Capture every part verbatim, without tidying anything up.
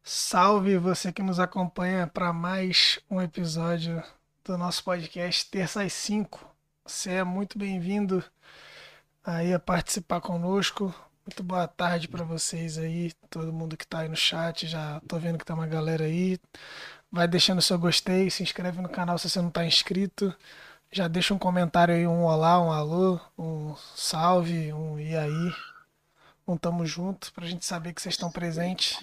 Salve você que nos acompanha para mais um episódio do nosso podcast Terça às cinco. Você é muito bem-vindo aí a participar conosco. Muito boa tarde para vocês aí, todo mundo que está aí no chat. Já tô vendo que tá uma galera aí. Vai deixando seu gostei, se inscreve no canal se você não está inscrito. Já deixa um comentário aí, um olá, um alô, um salve, um e aí, um tamo junto, pra gente saber que vocês estão presentes.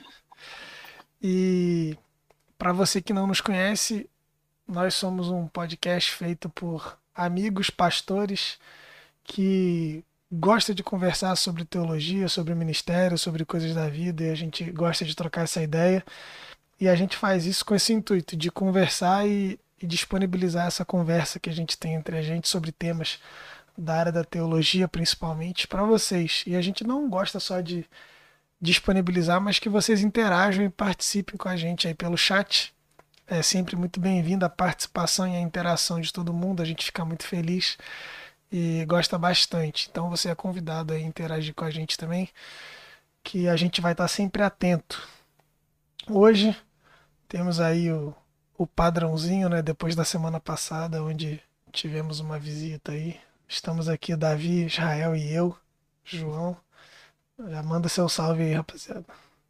E para você que não nos conhece, nós somos um podcast feito por amigos pastores que gosta de conversar sobre teologia, sobre ministério, sobre coisas da vida, e a gente gosta de trocar essa ideia. E a gente faz isso com esse intuito de conversar e, e disponibilizar essa conversa que a gente tem entre a gente sobre temas da área da teologia, principalmente, para vocês. E a gente não gosta só de disponibilizar, mas que vocês interajam e participem com a gente aí pelo chat. É sempre muito bem-vinda a participação e a interação de todo mundo. A gente fica muito feliz e gosta bastante. Então você é convidado a interagir com a gente também, que a gente vai estar sempre atento. Hoje temos aí o, o padrãozinho, né? Depois da semana passada, onde tivemos uma visita aí. Estamos aqui, Davi, Israel e eu, João. Já manda seu salve aí, rapaziada.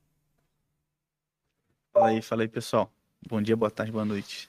Fala aí, fala aí, pessoal. Bom dia, boa tarde, boa noite.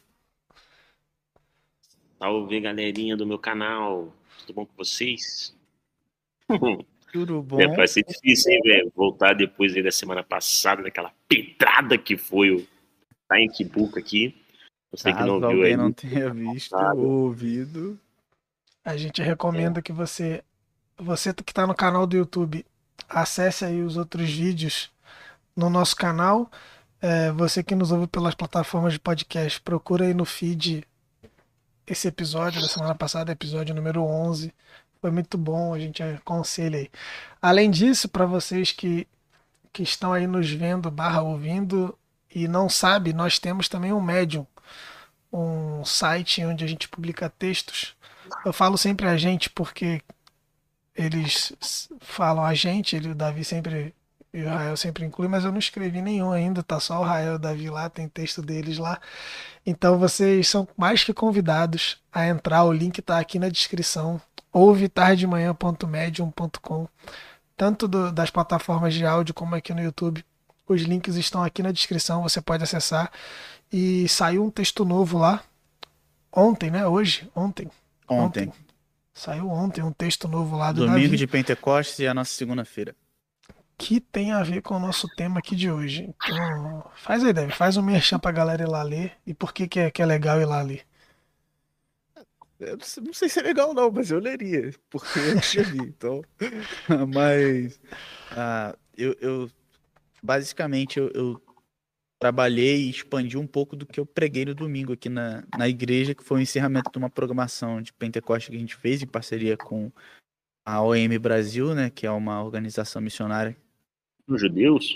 Salve, galerinha do meu canal. Tudo bom com vocês? Tudo É, bom? vai ser difícil, hein, velho? Voltar depois aí da semana passada, daquela pedrada que foi o Time Book aqui. Você que não Caso viu alguém não aí, tenha visto passado. ou ouvido, A gente É, recomenda que você, você que está no canal do YouTube, acesse aí os outros vídeos no nosso canal. É, você que nos ouve pelas plataformas de podcast, procura aí no feed esse episódio da semana passada, episódio número onze. Foi muito bom, a gente aconselha aí. Além disso, para vocês que, que estão aí nos vendo, barra ouvindo e não sabe, nós temos também um Medium, um site onde a gente publica textos. Eu falo sempre a gente porque eles falam a gente, ele, o Davi sempre e o Rael sempre inclui, mas eu não escrevi nenhum ainda, tá só o Rael e o Davi lá, tem texto deles lá. Então vocês são mais que convidados a entrar, o link tá aqui na descrição, ouve tardemanhã ponto medium ponto com, tanto do, das plataformas de áudio como aqui no YouTube. Os links estão aqui na descrição, você pode acessar. E saiu um texto novo lá, ontem, né? Hoje? Ontem. Ontem. ontem. Saiu ontem um texto novo lá do Domingo Davi, de Pentecostes e a nossa segunda-feira. que tem a ver com o nosso tema aqui de hoje. Então, faz aí, Davi, faz um merchan pra galera ir lá ler. E por que que é, que é legal ir lá ler? Eu não sei não sei se é legal não, mas eu leria, porque eu escrevi, então. Mas, ah, eu, eu- basicamente, eu, eu trabalhei e expandi um pouco do que eu preguei no domingo aqui na, na igreja, que foi o encerramento de uma programação de Pentecostes que a gente fez em parceria com a O M Brasil, né, que é uma organização missionária. os judeus,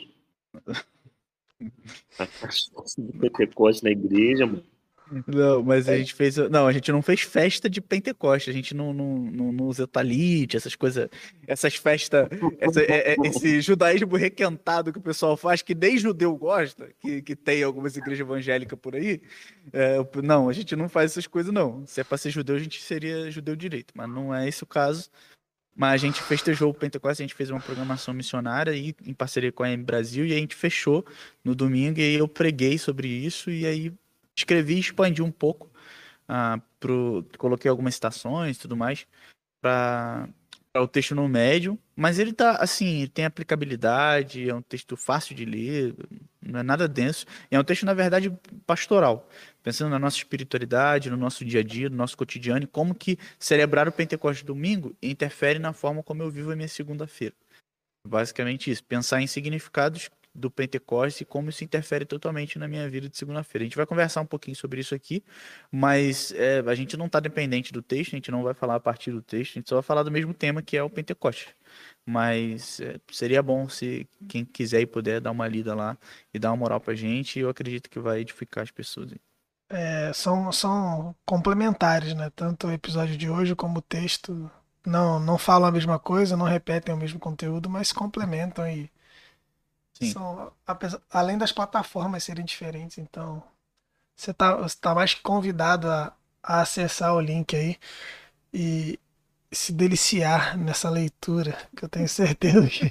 a do Pentecoste na igreja, mano. Não, mas a gente fez. Não, a gente não fez festa de Pentecoste, a gente não, não, não, não usa talite, essas coisas, essas festas, essa, é- é- esse judaísmo requentado que o pessoal faz, que nem judeu gosta, que, que tem algumas igrejas evangélicas por aí. É, não, a gente não faz essas coisas, não. Se é pra ser judeu, a gente seria judeu direito, mas não é esse o caso. Mas a gente festejou o Pentecostes, a gente fez uma programação missionária aí, em parceria com a M Brasil, e a gente fechou no domingo, e aí eu preguei sobre isso, e aí escrevi e expandi um pouco, ah, pro, coloquei algumas citações e tudo mais, para o texto no Medium, mas ele tá, assim, ele tem aplicabilidade, é um texto fácil de ler, não é nada denso, e é um texto, na verdade, pastoral, pensando na nossa espiritualidade, no nosso dia a dia, no nosso cotidiano, e como que celebrar o Pentecostes domingo interfere na forma como eu vivo a minha segunda-feira. Basicamente isso, pensar em significados do Pentecostes e como isso interfere totalmente na minha vida de segunda-feira. A gente vai conversar um pouquinho sobre isso aqui, mas é, a gente não está dependente do texto, a gente não vai falar a partir do texto, a gente só vai falar do mesmo tema que é o Pentecostes. Mas é, seria bom se quem quiser e puder dar uma lida lá e dar uma moral pra gente, e eu acredito que vai edificar as pessoas. É, são, são complementares, né? Tanto o episódio de hoje como o texto não, não falam a mesma coisa, não repetem o mesmo conteúdo, mas se complementam e Sim. São, apesar, além das plataformas serem diferentes, então você tá, você tá mais que convidado a, a acessar o link aí e se deliciar nessa leitura, que eu tenho certeza que,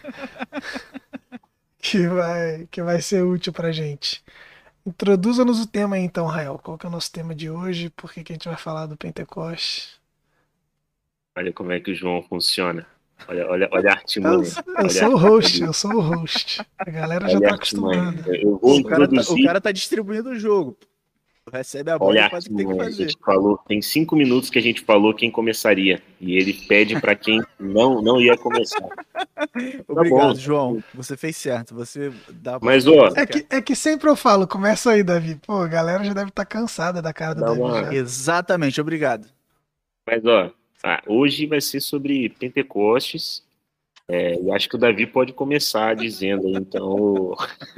que vai, que vai ser útil pra gente. Introduza-nos o tema aí então, Rael. Qual que é o nosso tema de hoje? Por que que a gente vai falar do Pentecoste? Olha como é que o João funciona. Olha, olha, olha a Eu, artimanha. eu Olha a sou o artimanha host, dele. eu sou o host. A galera já Olha a tá artimanha. acostumada. Eu vou Pô, o cara tá, o introduzir. cara tá distribuindo o jogo. Tu recebe a bola Olha e a faz o que tem que artimanha. A fazer. gente falou, tem cinco minutos que a gente falou quem começaria. E ele pede para quem não, não ia começar. Tá bom. Obrigado, João. Você fez certo. Você dá pra Mas, fazer o que ó, você É quer. que, é que sempre eu falo, começa aí, Davi. Pô, a galera já deve estar cansada da cara do dá Davi uma. já. Exatamente, obrigado. Mas, ó, ah, hoje vai ser sobre Pentecostes. É, eu acho que o Davi pode começar dizendo, aí, então.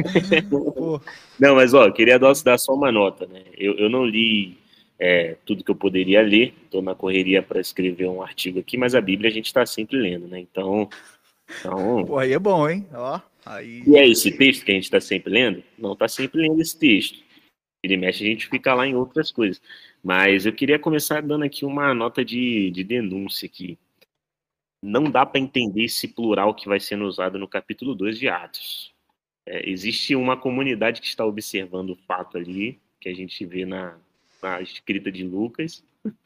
Pô, Não, mas, ó, queria dar, dar só uma nota, né? Eu, eu não li é, tudo que eu poderia ler, estou na correria para escrever um artigo aqui, mas a Bíblia a gente está sempre lendo, né? Então, então, pô, aí é bom, hein? Ó, aí. e é esse texto que a gente está sempre lendo? Não está sempre lendo esse texto. Ele mexe, a gente fica lá em outras coisas. Mas eu queria começar dando aqui uma nota de, de denúncia aqui. Não dá para entender esse plural que vai sendo usado no capítulo dois de Atos. É, existe uma comunidade que está observando o fato ali, que a gente vê na, na escrita de Lucas,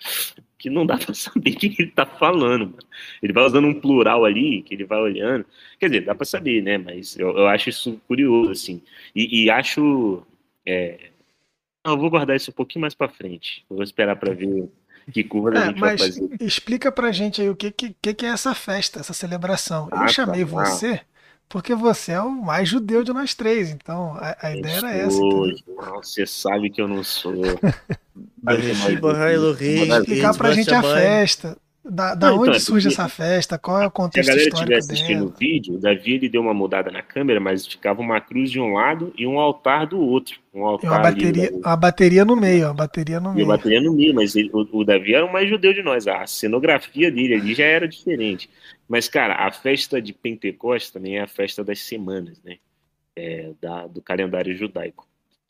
que não dá para saber o que ele está falando. Mano. Ele vai usando um plural ali, que ele vai olhando. Quer dizer, dá para saber, né? Mas eu, eu acho isso curioso, assim. E, e acho. É... Não, eu vou guardar isso um pouquinho mais para frente. Eu vou esperar para ver que curva a É, gente vai mas fazer. explica pra gente aí o que, que, que que é essa festa, essa celebração. Eu Ah, tá. chamei Ah, você porque você é o mais judeu de nós três, então a, a eu ideia era essa, sou. entendeu? Não, você sabe que eu não sou. Sabe que eu não Bereshit bara sou. Elohim, que Explicar pra gente a Shamayim. festa, da, da Não, então, onde é surge porque essa festa, qual é o se a contexto galera estiver histórico assistindo o dela. vídeo, o Davi ele deu uma mudada na câmera, mas ficava uma cruz de um lado e um altar do outro. Um E uma altar ali, o bateria, Davi. uma bateria no meio, uma bateria no E eu meio. bateria no meio, mas ele- o, o Davi era o mais judeu de nós. A cenografia dele ali já era diferente. Mas, cara, a festa de Pentecostes também é a festa das semanas, né? É, da, do calendário judaico.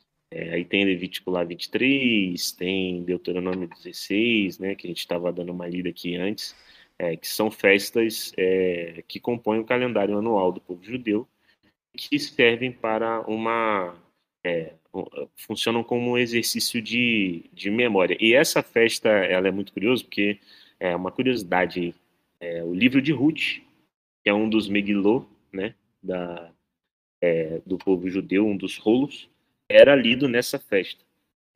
É, aí tem Levítico lá vinte e três, tem Deuteronômio dezesseis, né? Que a gente estava dando uma lida aqui antes. É, que são festas é, que compõem o calendário anual do povo judeu, que servem para uma. É, funcionam como um exercício de, de memória. E essa festa ela é muito curiosa, porque é uma curiosidade. É, o livro de Ruth, que é um dos Megilô, né, da, é, do povo judeu, um dos rolos, era lido nessa festa.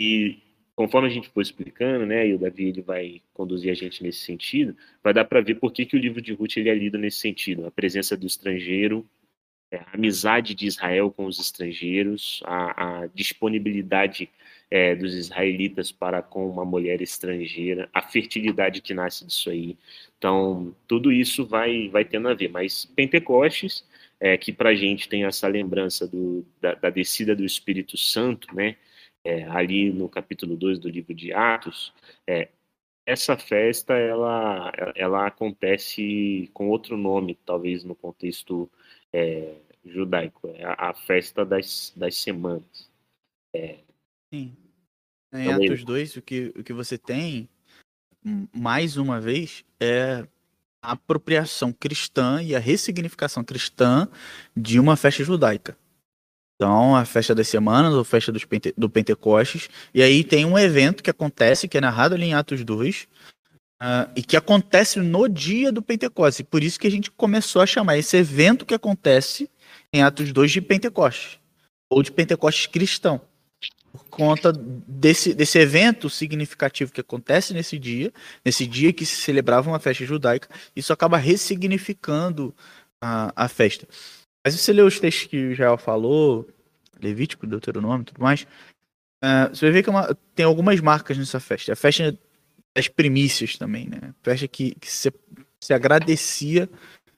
E conforme a gente for explicando, né, e o Davi ele vai conduzir a gente nesse sentido, vai dar para ver por que, que o livro de Ruth ele é lido nesse sentido. A presença do estrangeiro, é, a amizade de Israel com os estrangeiros, a, a disponibilidade é, dos israelitas para com uma mulher estrangeira, a fertilidade que nasce disso aí. Então, tudo isso vai, vai tendo a ver. Mas Pentecostes, é, que para a gente tem essa lembrança do, da, da descida do Espírito Santo, né? É, ali no capítulo dois do livro de Atos, é, essa festa ela, ela acontece com outro nome, talvez no contexto é, judaico, é a, a festa das, das semanas. É, Sim. Em também, Atos dois, o que, o que você tem, hum, mais uma vez, é a apropriação cristã e a ressignificação cristã de uma festa judaica. Então, a festa das semanas, ou festa dos Pente, do Pentecostes, e aí tem um evento que acontece, que é narrado ali em Atos dois, uh, e que acontece no dia do Pentecostes. Por isso que a gente começou a chamar esse evento que acontece em Atos dois de Pentecostes, ou de Pentecostes cristão. Por conta desse, desse evento significativo que acontece nesse dia, nesse dia que se celebrava uma festa judaica, isso acaba ressignificando a, a festa. Mas se você ler os textos que o Israel falou, Levítico, Deuteronômio e tudo mais, uh, você vai ver que é uma, tem algumas marcas nessa festa. A festa das primícias também, né? A festa que, que se, se agradecia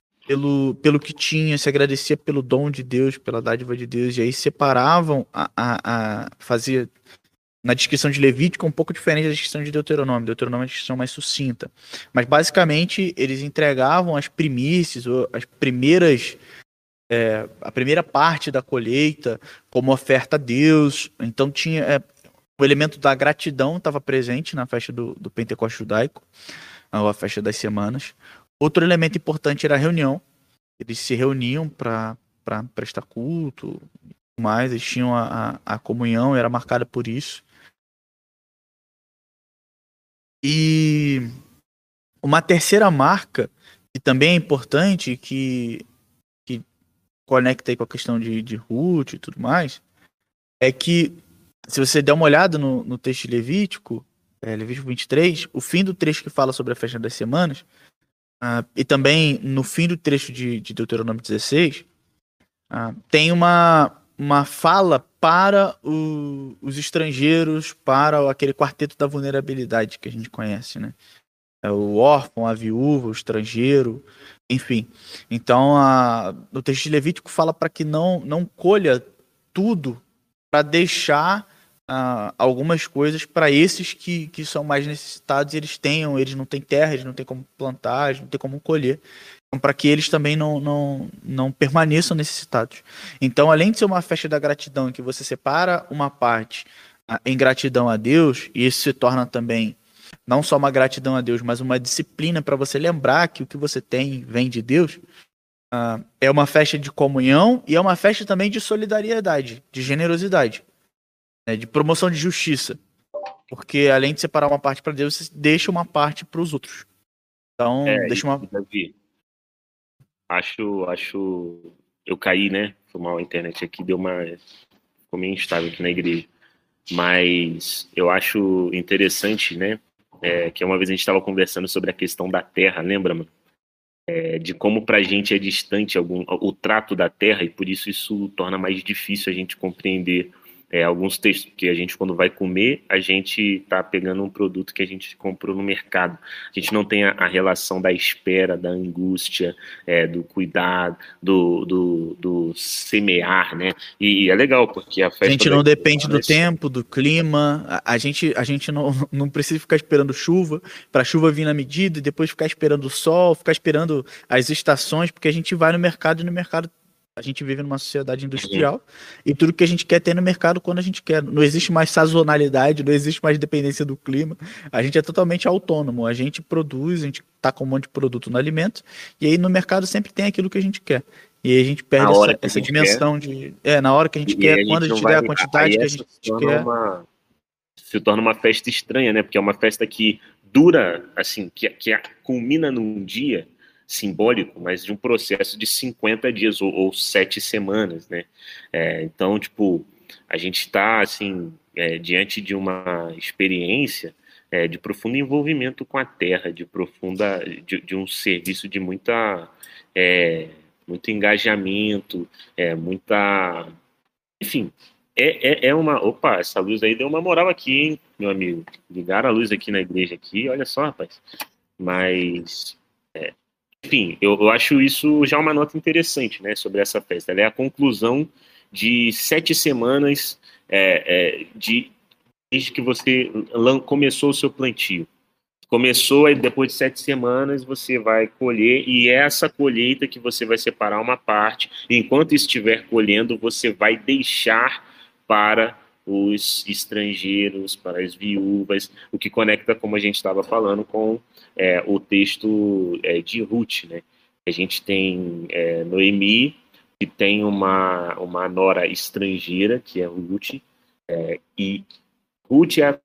pelo, pelo que tinha, se agradecia pelo dom de Deus, pela dádiva de Deus, e aí separavam a, a, a fazia na descrição de Levítico um pouco diferente da descrição de Deuteronômio. Deuteronômio é uma descrição mais sucinta. Mas basicamente eles entregavam as primícias, ou as primeiras é, a primeira parte da colheita como oferta a Deus. Então tinha é, o elemento da gratidão estava presente na festa do, do Pentecostes judaico, a festa das semanas. Outro elemento importante era a reunião. Eles se reuniam para prestar culto, mais eles tinham a, a, a comunhão, era marcada por isso. E uma terceira marca, que também é importante, que, que conecta aí com a questão de, de Ruth e tudo mais, é que, se você der uma olhada no, no texto de Levítico, é, Levítico vinte e três, o fim do trecho que fala sobre a festa das semanas, uh, e também no fim do trecho de, de Deuteronômio dezesseis, uh, tem uma, uma fala para o, os estrangeiros, para aquele quarteto da vulnerabilidade que a gente conhece, né? É o órfão, a viúva, o estrangeiro, enfim. Então, a, o texto de Levítico fala para que não, não colha tudo, para deixar uh, algumas coisas para esses que, que são mais necessitados, e eles tenham, eles não têm terra, eles não têm como plantar, eles não têm como colher. Então, para que eles também não, não, não permaneçam necessitados. Então, além de ser uma festa da gratidão, em que você separa uma parte uh, em gratidão a Deus, e isso se torna também não só uma gratidão a Deus, mas uma disciplina para você lembrar que o que você tem vem de Deus, uh, é uma festa de comunhão e é uma festa também de solidariedade, de generosidade, né, de promoção de justiça. Porque além de separar uma parte para Deus, você deixa uma parte para os outros. Então, É, deixa uma... Davi, acho, acho... Eu caí, né? Foi mal a internet aqui, deu uma... Ficou meio instável aqui na igreja. Mas eu acho interessante, né? É, que uma vez a gente estava conversando sobre a questão da terra, lembra, mano? É, de como pra gente é distante algum, o trato da terra, e por isso isso torna mais difícil a gente compreender é, alguns textos, porque a gente, quando vai comer, a gente tá pegando um produto que a gente comprou no mercado. A gente não tem a, a relação da espera, da angústia, é, do cuidado, do, do, do semear, né? E, e é legal, porque a festa... A gente não depende do tempo, do clima, a, a gente, a gente não, não precisa ficar esperando chuva, para a chuva vir na medida, e depois ficar esperando o sol, ficar esperando as estações, porque a gente vai no mercado, e no mercado a gente vive numa sociedade industrial, uhum. E tudo que a gente quer ter no mercado quando a gente quer. Não existe mais sazonalidade, não existe mais dependência do clima. A gente é totalmente autônomo. A gente produz, a gente tá com um monte de produto no alimento, e aí no mercado sempre tem aquilo que a gente quer. E aí a gente perde essa, essa dimensão quer. de... É, na hora que a gente e quer, a quando gente a gente der vai... a quantidade que a gente se quer. Uma... Se torna uma festa estranha, né? Porque é uma festa que dura, assim, que, que culmina num dia simbólico, mas de um processo de cinquenta dias ou, ou sete semanas, né? É, então, tipo, a gente está, assim, é, diante de uma experiência é, de profundo envolvimento com a terra, de profunda, de, de um serviço de muita, é, muito engajamento, é, muita, enfim, é, é, é uma, opa, essa luz aí deu uma moral aqui, hein, meu amigo? Ligaram a luz aqui na igreja aqui, olha só, rapaz. Mas, é, enfim, eu, eu acho isso já uma nota interessante, né, sobre essa festa. Ela é a conclusão de sete semanas é, é, de, desde que você começou o seu plantio. Começou, e depois de sete semanas você vai colher, e é essa colheita que você vai separar uma parte. Enquanto estiver colhendo, você vai deixar para os estrangeiros, para as viúvas, o que conecta, como a gente estava falando, com é, o texto é, de Ruth, né? A gente tem é, Noemi, que tem uma, uma nora estrangeira, que é Ruth, é, e Ruth é a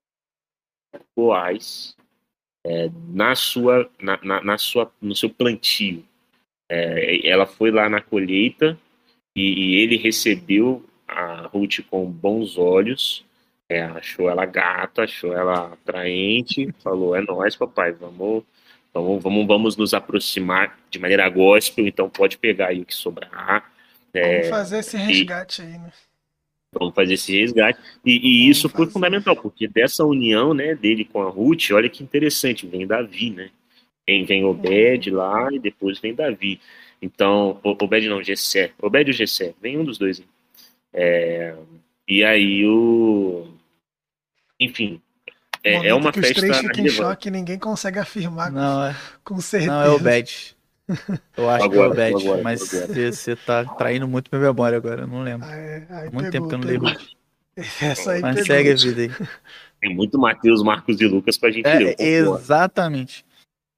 Boaz é, na sua, na, na, na sua, no seu plantio. É, ela foi lá na colheita e, e ele recebeu a Ruth com bons olhos, é, achou ela gata, achou ela atraente, falou, é nóis, papai, vamos, vamos, vamos, vamos nos aproximar de maneira gospel, então pode pegar aí o que sobrar. É, vamos fazer esse resgate e, aí, né? Vamos fazer esse resgate. E, e isso foi fundamental, porque dessa união, né, dele com a Ruth, olha que interessante, vem Davi, né? Vem, vem Obed uhum. lá e depois vem Davi. Então, Obed não, Jessé. Obed ou Jessé, vem um dos dois, hein? É, e aí o... Enfim, é, é uma que festa... Os três ficam em choque e ninguém consegue afirmar não, é... com certeza. Não, é Obed. Eu acho que é o Agora, Obed, agora, mas agora. você tá traindo muito minha memória agora, eu não lembro. Aí, aí Há muito tempo pegou, que eu não leio pegou. Ruth. Essa aí Mas pegou. segue a vida aí. Tem muito Mateus, Marcos e Lucas pra gente ler, eu É, concordo. exatamente.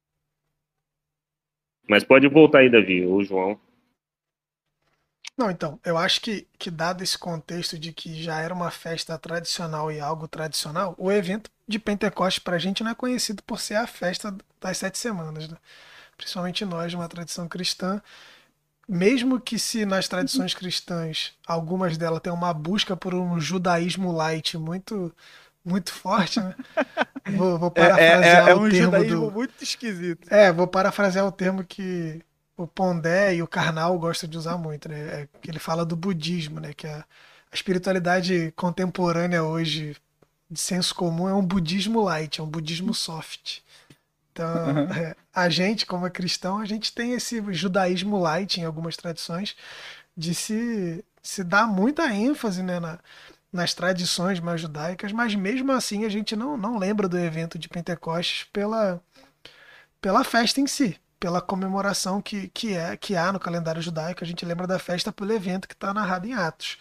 Mas pode voltar aí, Davi, ou João. Não, então, eu acho que, que dado esse contexto de que já era uma festa tradicional e algo tradicional, o evento de Pentecostes pra gente não é conhecido por ser a festa das sete semanas, né? Principalmente nós, de uma tradição cristã, mesmo que se nas tradições cristãs, algumas delas têm uma busca por um judaísmo light muito, muito forte, né? Vou, vou É, é, é, parafrasear é o um termo judaísmo do. muito esquisito. É, vou parafrasear o termo que o Pondé e o Karnal gostam de usar muito, né? É que ele fala do budismo, né? Que a, a espiritualidade contemporânea hoje, de senso comum, é um budismo light, é um budismo soft. Então, Uhum. é, a gente, como é cristão, a gente tem esse judaísmo light em algumas tradições de se, se dar muita ênfase, né, na, nas tradições mais judaicas, mas mesmo assim a gente não, não lembra do evento de Pentecostes pela, pela festa em si, pela comemoração que, que, é, que há no calendário judaico. A gente lembra da festa pelo evento que está narrado em Atos.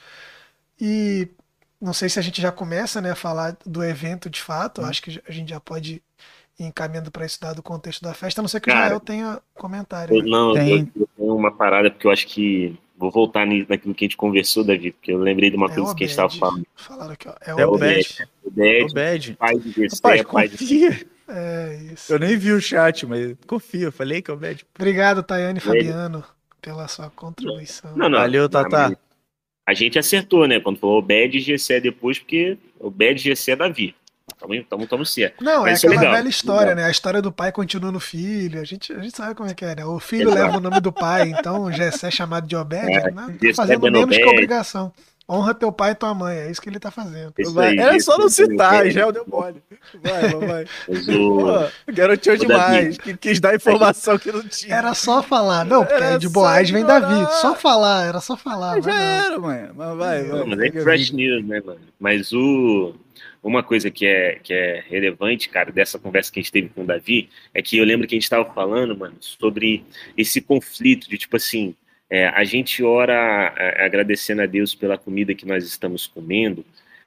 E não sei se a gente já começa, né, a falar do evento de fato, acho que a gente já pode ir encaminhando para isso dado o contexto da festa, a não ser que o Cara, Jael tenha comentário, eu, né? não, eu, Tem. eu tenho uma parada, porque eu acho que. Vou voltar ni- naquilo que a gente conversou, Davi, porque eu lembrei de uma É coisa que a gente estava Obed. falando. Falaram aqui, ó. É É o Obed, Obed. Bad. Obed, Obed. pai de Rapaz, Jessé, pai de. confia. É isso. Eu nem vi o chat, mas confia. Eu falei que é o Bad. Obrigado, Tayane e Ele. Fabiano, pela sua contribuição. Não, não, Valeu, mas, mas Tata. a gente acertou, né? Quando falou Obed e Jessé depois, porque Obed e Jessé é Davi. Tamo, tamo, tamo certo. Não, é Mas isso é aquela legal. velha história, Legal. né? A história do pai continua no filho. A gente, a gente sabe como é que é, né? O filho leva o Exato. nome do pai, então Jessé é chamado de Obed, É, né? Tá Jessé fazendo Ben menos que Obed, obrigação. Honra teu pai e tua mãe, é isso que ele tá fazendo. isso Vai. aí, Era Jessé só não Ben citar, Obed. já deu mole. Vai, vai. Mas Pô, o, garoteou o Davi, demais. Que quis dar a gente, informação que não tinha. Era só falar. Não, porque aí Era de só Boaz vem Davi. Só ignorar. falar, era só falar, Ah, mas já não. era, mano. Mas vai, Aí, ó. não, vai. mas é Segue a fresh vida. news, né, mano? Mas o, uma coisa que é, que é relevante, cara, dessa conversa que a gente teve com o Davi, é que eu lembro que a gente estava falando, mano, sobre esse conflito de, tipo assim, é, a gente ora é, agradecendo a Deus pela comida que nós estamos comendo,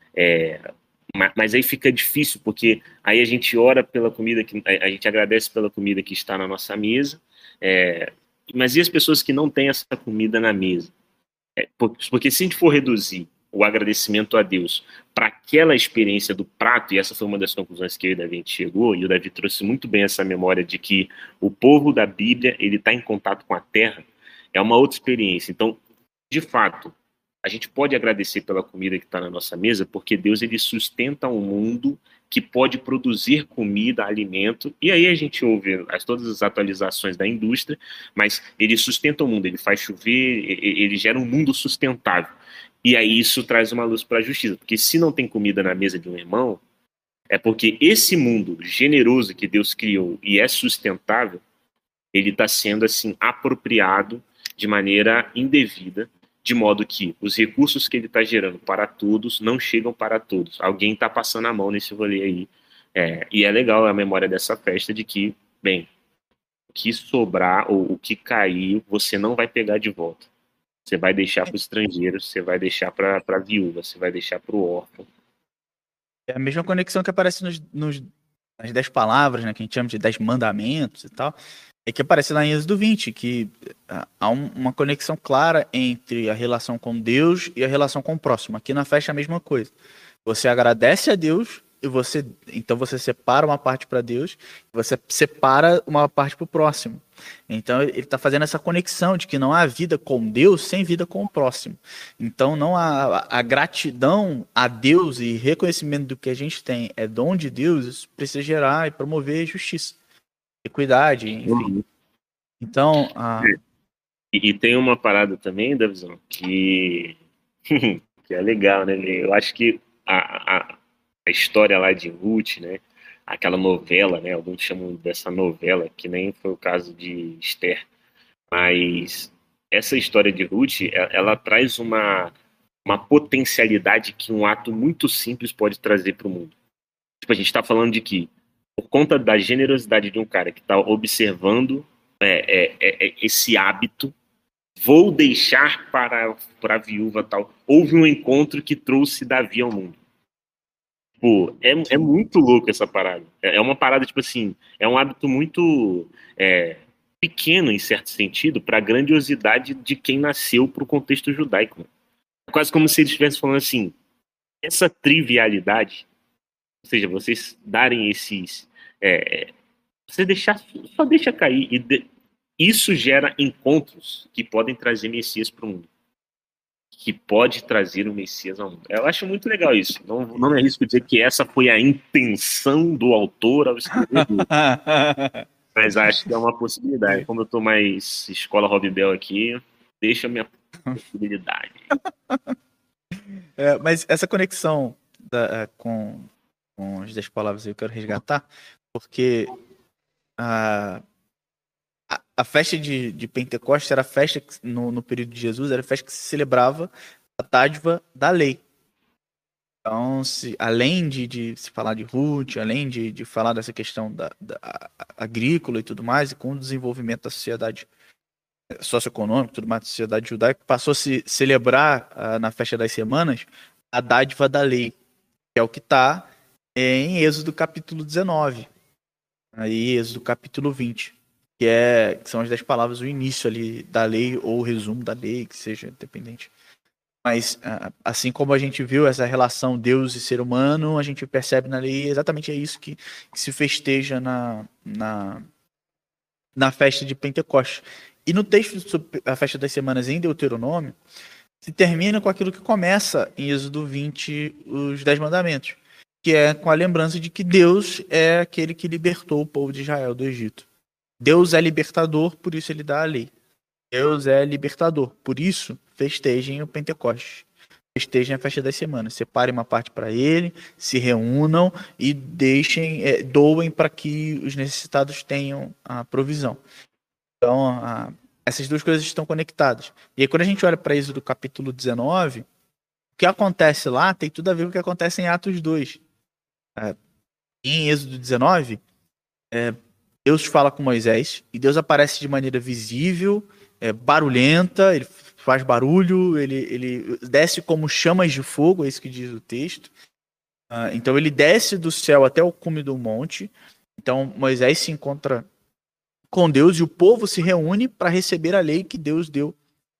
é, ma- mas aí fica difícil, porque aí a gente ora pela comida, que a, a gente agradece pela comida que está na nossa mesa, é, mas e as pessoas que não têm essa comida na mesa? Por- Porque se a gente for reduzir o agradecimento a Deus para aquela experiência do prato, e essa foi uma das conclusões que eu e o Davi a gente chegou, e o Davi trouxe muito bem essa memória de que o povo da Bíblia ele está em contato com a terra, é uma outra experiência. Então, de fato, a gente pode agradecer pela comida que está na nossa mesa, porque Deus ele sustenta um mundo que pode produzir comida, alimento, e aí a gente ouve as, todas as atualizações da indústria, mas ele sustenta o mundo, ele faz chover, e- ele gera um mundo sustentável. E aí isso traz uma luz para a justiça, porque se não tem comida na mesa de um irmão, é porque esse mundo generoso que Deus criou e é sustentável, ele está sendo assim apropriado de maneira indevida, de modo que os recursos que ele está gerando para todos não chegam para todos. Alguém está passando a mão nesse rolê aí. É, e é legal a memória dessa festa de que, bem, o que sobrar ou o que cair, você não vai pegar de volta. Você vai deixar para o estrangeiro, você vai deixar para a viúva, você vai deixar para o órfão. É a mesma conexão que aparece nos, nos, nas dez palavras, né? Que a gente chama de dez mandamentos e tal. É que aparece lá em Êxodo vinte, que ah, há um- uma conexão clara entre a relação com Deus e a relação com o próximo. Aqui na festa é a mesma coisa. Você agradece a Deus e você, então você separa uma parte para Deus, e você separa uma parte para o próximo. Então ele está fazendo essa conexão de que não há vida com Deus sem vida com o próximo. Então não há a gratidão a Deus e reconhecimento do que a gente tem é dom de Deus, isso precisa gerar e promover justiça, equidade, enfim. Uhum. Então, a... E, e tem uma parada também, Davizão, que, que é legal, né? Eu acho que a, a, a história lá de Ruth, né? Aquela novela, né? Alguns chamam dessa novela, que nem foi o caso de Esther. Mas essa história de Ruth, ela, ela traz uma, uma potencialidade que um ato muito simples pode trazer para o mundo. Tipo, a gente está falando de que, por conta da generosidade de um cara que está observando é, é, é, é esse hábito, vou deixar para, para a viúva tal. Houve um encontro que trouxe Davi ao mundo. Pô, é, é muito louco essa parada. É, é uma parada, tipo assim, é um hábito muito é, pequeno, em certo sentido, para a grandiosidade de quem nasceu para o contexto judaico. É quase como se eles estivessem falando assim, essa trivialidade, ou seja, vocês darem esses... É, você deixar, só deixa cair. E de, isso gera encontros que podem trazer Messias para o mundo. Que pode trazer o Messias ao mundo. Eu acho muito legal isso. Não, não me arrisco dizer que essa foi a intenção do autor ao escrever. Mas acho que é uma possibilidade. Como eu tô mais escola Rob Bell aqui, deixa a minha possibilidade. É, mas essa conexão da, com, com as dez palavras eu quero resgatar, porque a, a, a festa de, de Pentecostes era a festa que, no, no período de Jesus, era a festa que se celebrava a dádiva da lei. Então, se, além de, de se falar de Ruth, além de, de falar dessa questão da, da agrícola e tudo mais, e com o desenvolvimento da sociedade socioeconômica, tudo mais, da sociedade judaica, passou a se celebrar uh, na festa das semanas a dádiva da lei, que é o que está em Êxodo capítulo dezenove, aí Êxodo capítulo vinte, que, é, que são as dez palavras, o início ali da lei, ou o resumo da lei, que seja independente. Mas, assim como a gente viu essa relação Deus e ser humano, a gente percebe na lei exatamente é isso que, que se festeja na, na, na festa de Pentecostes. E no texto sobre a festa das semanas em Deuteronômio, se termina com aquilo que começa em Êxodo vinte, os Dez Mandamentos, que é com a lembrança de que Deus é aquele que libertou o povo de Israel do Egito. Deus é libertador, por isso ele dá a lei. Deus é libertador, por isso festejem o Pentecostes. Festejem a festa das semanas. Separem uma parte para ele, se reúnam e deixem, é, doem para que os necessitados tenham a provisão. Então, a, essas duas coisas estão conectadas. E aí, quando a gente olha para Êxodo capítulo dezenove, o que acontece lá tem tudo a ver com o que acontece em Atos dois. É, em Êxodo dezenove, é, Deus fala com Moisés e Deus aparece de maneira visível, é, barulhenta, ele faz barulho, ele, ele desce como chamas de fogo, é isso que diz o texto. Uh, então ele desce do céu até o cume do monte. Então Moisés se encontra com Deus e o povo se reúne para receber a lei que Deus deu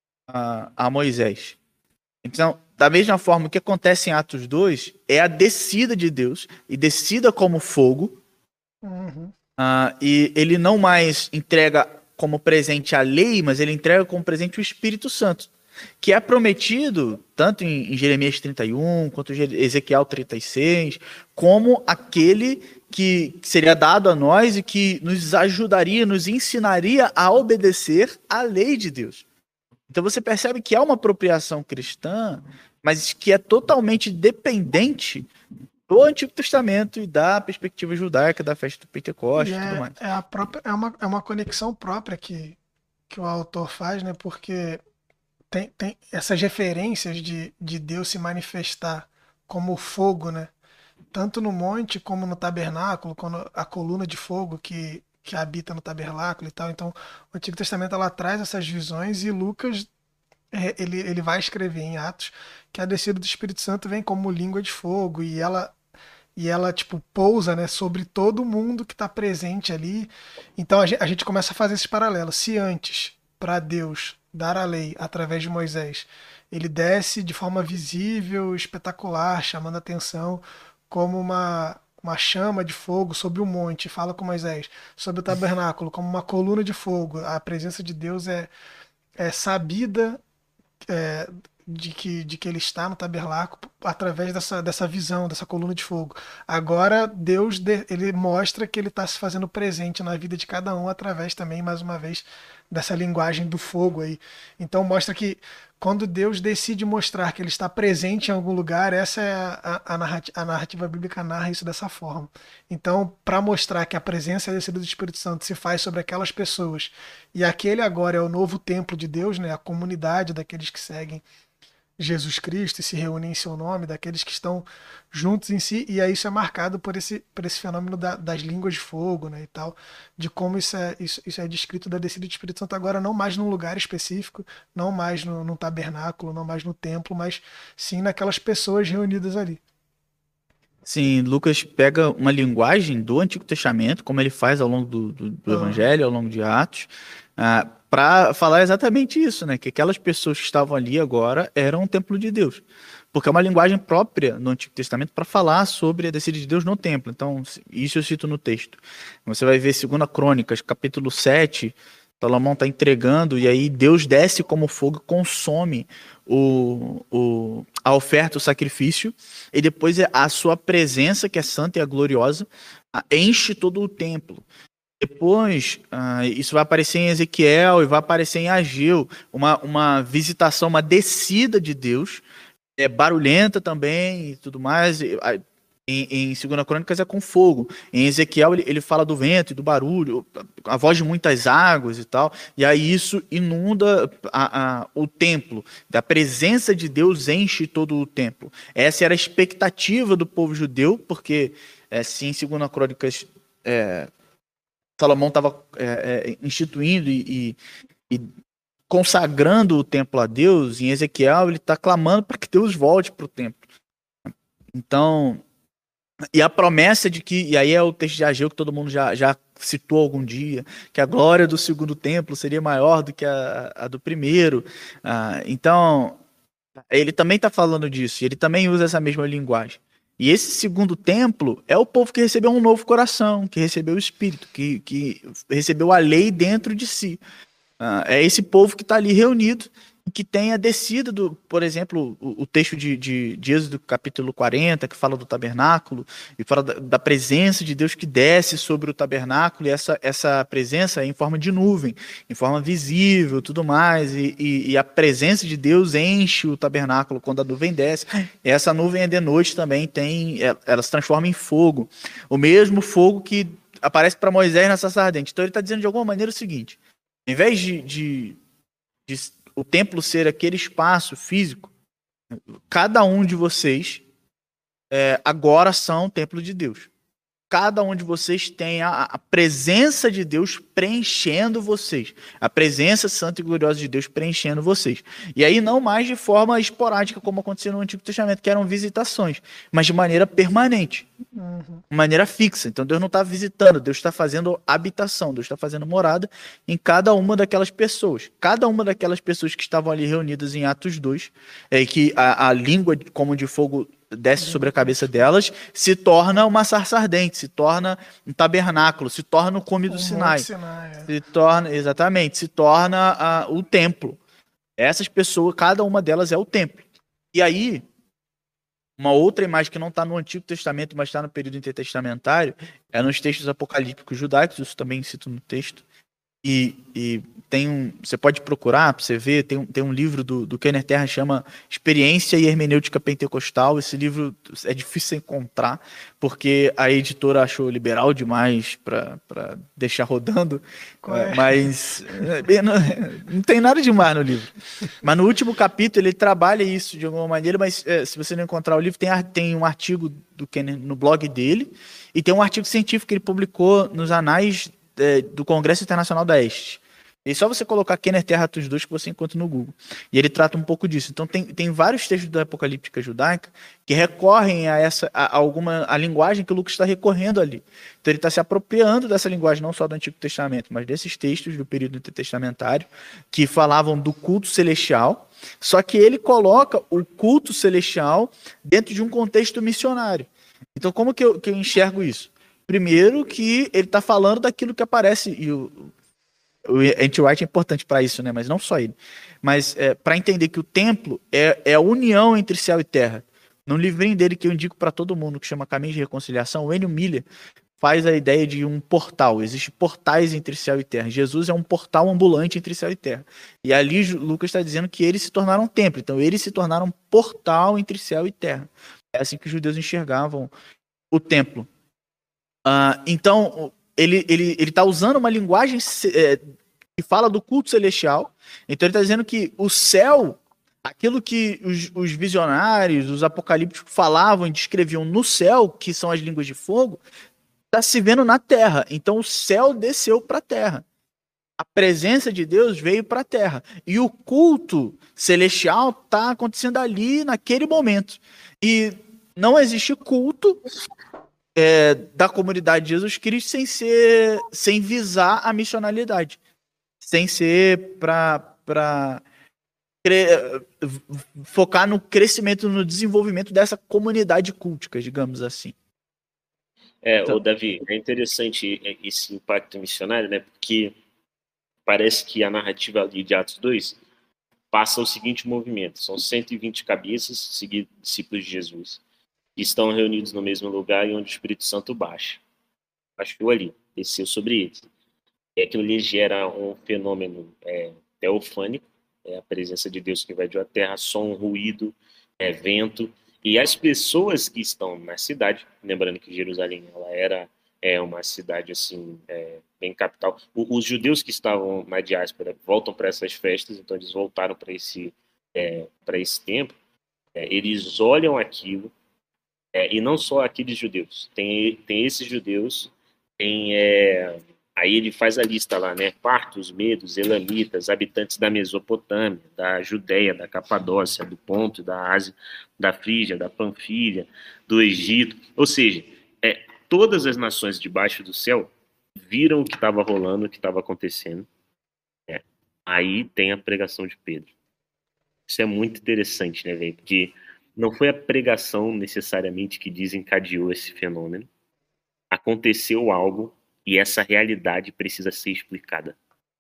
a, a Moisés. Então, da mesma forma, o que acontece em Atos dois é a descida de Deus, e descida como fogo. Uhum. Uh, e ele não mais entrega como presente a lei, mas ele entrega como presente o Espírito Santo, que é prometido tanto em, em Jeremias trinta e um, quanto em Ezequiel trinta e seis, como aquele que seria dado a nós e que nos ajudaria, nos ensinaria a obedecer à lei de Deus. Então você percebe que há uma apropriação cristã, mas que é totalmente dependente do Antigo Testamento e da perspectiva judaica da festa do Pentecostes e é, tudo mais. É, a própria, é, uma, é uma conexão própria que, que o autor faz, né? Porque tem, tem essas referências de, de Deus se manifestar como fogo, né? Tanto no monte como no tabernáculo, quando a coluna de fogo que, que habita no tabernáculo e tal. Então, o Antigo Testamento ela traz essas visões e Lucas ele, ele vai escrever em Atos que a descida do Espírito Santo vem como língua de fogo e ela e ela tipo pousa, né, sobre todo mundo que está presente ali. Então a gente, a gente começa a fazer esses paralelos. Se antes, para Deus dar a lei através de Moisés, ele desce de forma visível, espetacular, chamando a atenção, como uma, uma chama de fogo sobre o monte, fala com Moisés, sobre o tabernáculo, como uma coluna de fogo. A presença de Deus é, é sabida é, de, que, de que ele está no tabernáculo através dessa, dessa visão, dessa coluna de fogo. Agora, Deus de, ele mostra que ele está se fazendo presente na vida de cada um através também, mais uma vez, dessa linguagem do fogo aí. Então mostra que quando Deus decide mostrar que ele está presente em algum lugar, essa é a, a, narrativa, a narrativa bíblica narra isso dessa forma. Então, para mostrar que a presença e a descida do Espírito Santo se faz sobre aquelas pessoas, e aquele agora é o novo templo de Deus, né, a comunidade daqueles que seguem Jesus Cristo e se reúnem em seu nome, daqueles que estão juntos em si, e aí isso é marcado por esse, por esse fenômeno da, das línguas de fogo, né, e tal, de como isso é, isso, isso é descrito da descida do Espírito Santo agora, não mais num lugar específico, não mais no, num tabernáculo, não mais no templo, mas sim naquelas pessoas reunidas ali. Sim, Lucas pega uma linguagem do Antigo Testamento, como ele faz ao longo do, do, do Ah. Evangelho, ao longo de Atos, ah, para falar exatamente isso, né? Que aquelas pessoas que estavam ali agora eram o templo de Deus. Porque é uma linguagem própria no Antigo Testamento para falar sobre a descida de Deus no templo. Então, isso eu cito no texto. Você vai ver Segunda Crônicas, capítulo sete, Salomão está entregando, e aí Deus desce como fogo e consome o, o, a oferta, o sacrifício, e depois a sua presença, que é santa e é gloriosa, enche todo o templo. Depois, uh, isso vai aparecer em Ezequiel e vai aparecer em Ageu, uma, uma visitação, uma descida de Deus, é barulhenta também e tudo mais. Em, em Segunda Crônicas é com fogo. Em Ezequiel ele, ele fala do vento e do barulho, a voz de muitas águas e tal. E aí isso inunda a, a, o templo. A presença de Deus enche todo o templo. Essa era a expectativa do povo judeu, porque é, se em Segunda Crônicas é, Salomão estava é, é, instituindo e, e, e consagrando o templo a Deus, em Ezequiel ele está clamando para que Deus volte para o templo. Então, e a promessa de que, e aí é o texto de Ageu que todo mundo já, já citou algum dia, que a glória do segundo templo seria maior do que a, a do primeiro. Ah, então, ele também está falando disso, e ele também usa essa mesma linguagem. E esse segundo templo é o povo que recebeu um novo coração, que recebeu o Espírito, que, que recebeu a lei dentro de si. Uh, é esse povo que está ali reunido e que tem a descida do, por exemplo, o, o texto de, de, de Êxodo capítulo quarenta, que fala do tabernáculo e fala da, da presença de Deus que desce sobre o tabernáculo, e essa, essa presença é em forma de nuvem, em forma visível, tudo mais, e, e, e a presença de Deus enche o tabernáculo quando a nuvem desce. E essa nuvem de noite também tem, ela se transforma em fogo, o mesmo fogo que aparece para Moisés na sarça ardente. Então ele está dizendo de alguma maneira o seguinte: em vez de, de, de o templo ser aquele espaço físico, cada um de vocês é, agora são o templo de Deus. Cada um de vocês tem a, a presença de Deus preenchendo vocês. A presença santa e gloriosa de Deus preenchendo vocês. E aí não mais de forma esporádica, como acontecia no Antigo Testamento, que eram visitações, mas de maneira permanente, uhum. de maneira fixa. Então Deus não está visitando, Deus está fazendo habitação, Deus está fazendo morada em cada uma daquelas pessoas. Cada uma daquelas pessoas que estavam ali reunidas em Atos dois, é, que a, a língua como de fogo desce sobre a cabeça delas, se torna uma sarça ardente, se torna um tabernáculo, se torna o cume do Sinai, Sinai é. se torna, exatamente, se torna uh, o templo. Essas pessoas, cada uma delas é o templo. E aí, uma outra imagem que não está no Antigo Testamento, mas está no período intertestamentário, é nos textos apocalípticos judaicos, isso também cito no texto. E, e tem um, você pode procurar para você ver, tem um, tem um livro do, do Kenner Terra, chama Experiência e Hermenêutica Pentecostal. Esse livro é difícil encontrar, porque a editora achou liberal demais para deixar rodando, é? mas não, não tem nada demais no livro. Mas no último capítulo ele trabalha isso de alguma maneira, mas é, se você não encontrar o livro, tem, tem um artigo do Kenner no blog dele, e tem um artigo científico que ele publicou nos anais do Congresso Internacional da Este. E só você colocar Kenner Terra Atos dois que você encontra no Google. E ele trata um pouco disso. Então tem, tem vários textos da Apocalíptica judaica que recorrem a essa a, a alguma a linguagem que o Lucas está recorrendo ali. Então ele está se apropriando dessa linguagem, não só do Antigo Testamento, mas desses textos do período intertestamentário que falavam do culto celestial, só que ele coloca o culto celestial dentro de um contexto missionário. Então como que eu, que eu enxergo isso? Primeiro que ele está falando daquilo que aparece, e o, o N T Wright é importante para isso, né? Mas não só ele. Mas é, para entender que o templo é, é a união entre céu e terra. No livrinho dele que eu indico para todo mundo, que chama Caminho de Reconciliação, o Enio Miller faz a ideia de um portal. Existem portais entre céu e terra. Jesus é um portal ambulante entre céu e terra. E ali Lucas está dizendo que eles se tornaram templo. Então eles se tornaram um portal entre céu e terra. É assim que os judeus enxergavam o templo. Uh, então, ele ele ele está usando uma linguagem é, que fala do culto celestial. Então, ele está dizendo que o céu aquilo que os, os visionários, os apocalípticos falavam e descreviam no céu, que são as línguas de fogo, está se vendo na terra. Então o céu desceu para a terra. A presença de Deus veio para a terra. E o culto celestial está acontecendo ali naquele momento. E não existe culto é, da comunidade de Jesus Cristo sem ser, sem visar a missionalidade. Sem ser para focar no crescimento, no desenvolvimento dessa comunidade cultica, digamos assim. É, então... o Davi, é interessante esse impacto missionário, né? Porque parece que a narrativa ali de Atos dois passa o seguinte movimento: são cento e vinte cabeças, seguidos discípulos de Jesus, que estão reunidos no mesmo lugar e onde o Espírito Santo baixa. Baixou ali, desceu sobre eles. É que ali gera um fenômeno é, teofânico, é a presença de Deus que invadiu a terra, som, ruído, é, vento, e as pessoas que estão na cidade, lembrando que Jerusalém ela era é, uma cidade assim é, bem capital. O, os judeus que estavam na diáspora voltam para essas festas, então eles voltaram para esse é, para esse tempo. É, eles olham aquilo é, e não só aqueles judeus. Tem tem esses judeus, tem é, aí ele faz a lista lá, né? Partos, medos, elamitas, habitantes da Mesopotâmia, da Judéia, da Capadócia, do Ponto, da Ásia, da Frígia, da Panfilha, do Egito. Ou seja, é, todas as nações debaixo do céu viram o que estava rolando, o que estava acontecendo. É. Aí tem a pregação de Pedro. Isso é muito interessante, né, velho? Porque não foi a pregação necessariamente que desencadeou esse fenômeno. Aconteceu algo e essa realidade precisa ser explicada.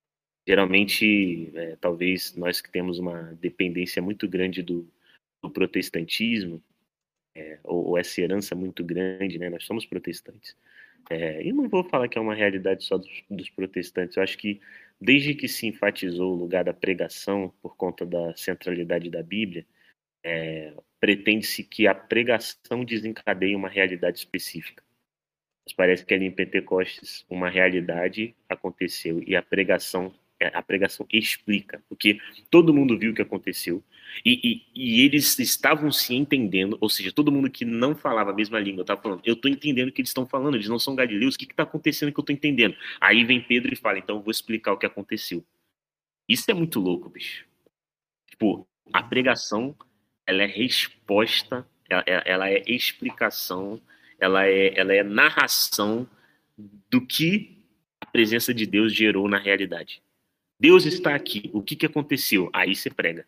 Geralmente, é, talvez nós que temos uma dependência muito grande do, do protestantismo, é, ou, ou essa herança muito grande, né? Nós somos protestantes. É, e não vou falar que é uma realidade só dos, dos protestantes. Eu acho que desde que se enfatizou o lugar da pregação por conta da centralidade da Bíblia, é, pretende-se que a pregação desencadeie uma realidade específica. Mas parece que ali em Pentecostes uma realidade aconteceu e a pregação a pregação explica, porque todo mundo viu o que aconteceu e, e, e eles estavam se entendendo, ou seja, todo mundo que não falava a mesma língua estava falando, eu estou entendendo o que eles estão falando, eles não são galileus, o que está acontecendo que eu estou entendendo? Aí vem Pedro e fala, então eu vou explicar o que aconteceu. Isso é muito louco, bicho. Tipo, a pregação, ela é resposta, ela, ela é explicação, ela é, ela é narração do que a presença de Deus gerou na realidade. Deus está aqui, o que, que aconteceu? Aí você prega.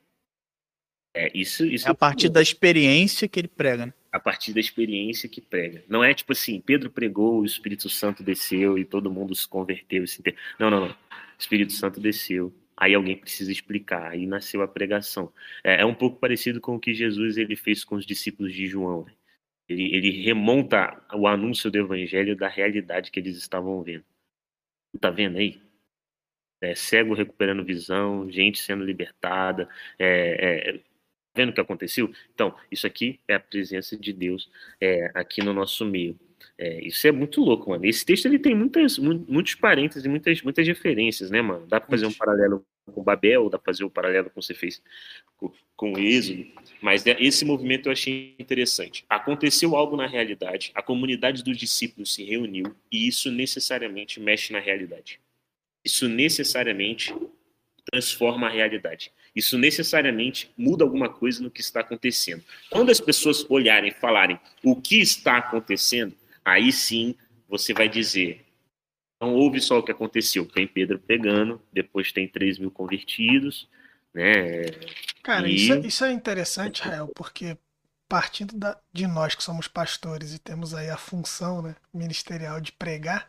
É, isso, isso é a partir da experiência que ele prega, né? A partir da experiência que prega. Não é tipo assim, Pedro pregou, o Espírito Santo desceu e todo mundo se converteu. Se inter... Não, não, não. O Espírito Santo desceu. Aí alguém precisa explicar. Aí nasceu a pregação. É, é um pouco parecido com o que Jesus ele fez com os discípulos de João, né? Ele, ele remonta o anúncio do evangelho da realidade que eles estavam vendo. Tá vendo aí? É, cego recuperando visão, gente sendo libertada, é, é, vendo o que aconteceu? Então, isso aqui é a presença de Deus é, aqui no nosso meio. É, isso é muito louco, mano. Esse texto ele tem muitas, muitos parênteses e muitas, muitas referências, né, mano? Dá pra fazer um paralelo com Babel, dá pra fazer um paralelo com o que você fez com, com o Êxodo, mas esse movimento eu achei interessante. Aconteceu algo na realidade, a comunidade dos discípulos se reuniu e isso necessariamente mexe na realidade. Isso necessariamente transforma a realidade. Isso necessariamente muda alguma coisa no que está acontecendo. Quando as pessoas olharem e falarem o que está acontecendo, aí sim você vai dizer, não houve só o que aconteceu. Tem Pedro pregando, depois tem três mil convertidos, né? Cara, e... isso, é, isso é interessante, Rael, porque partindo da, de nós que somos pastores e temos aí a função, né, ministerial de pregar,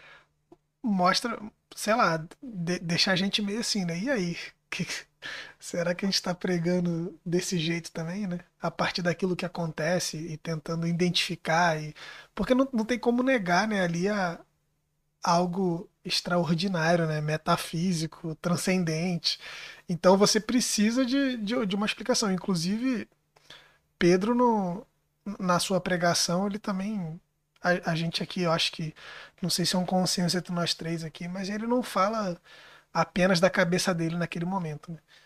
mostra, sei lá, de, deixa a gente meio assim, né? E aí? Que, será que a gente está pregando desse jeito também, né? A partir daquilo que acontece e tentando identificar. E... Porque não, não tem como negar, né? Ali a, algo extraordinário, né? Metafísico, transcendente. Então você precisa de, de, de uma explicação. Inclusive, Pedro, no, na sua pregação, ele também. A, a gente aqui, eu acho que. Não sei se é um consenso entre nós três aqui, mas ele não fala apenas da cabeça dele naquele momento, né?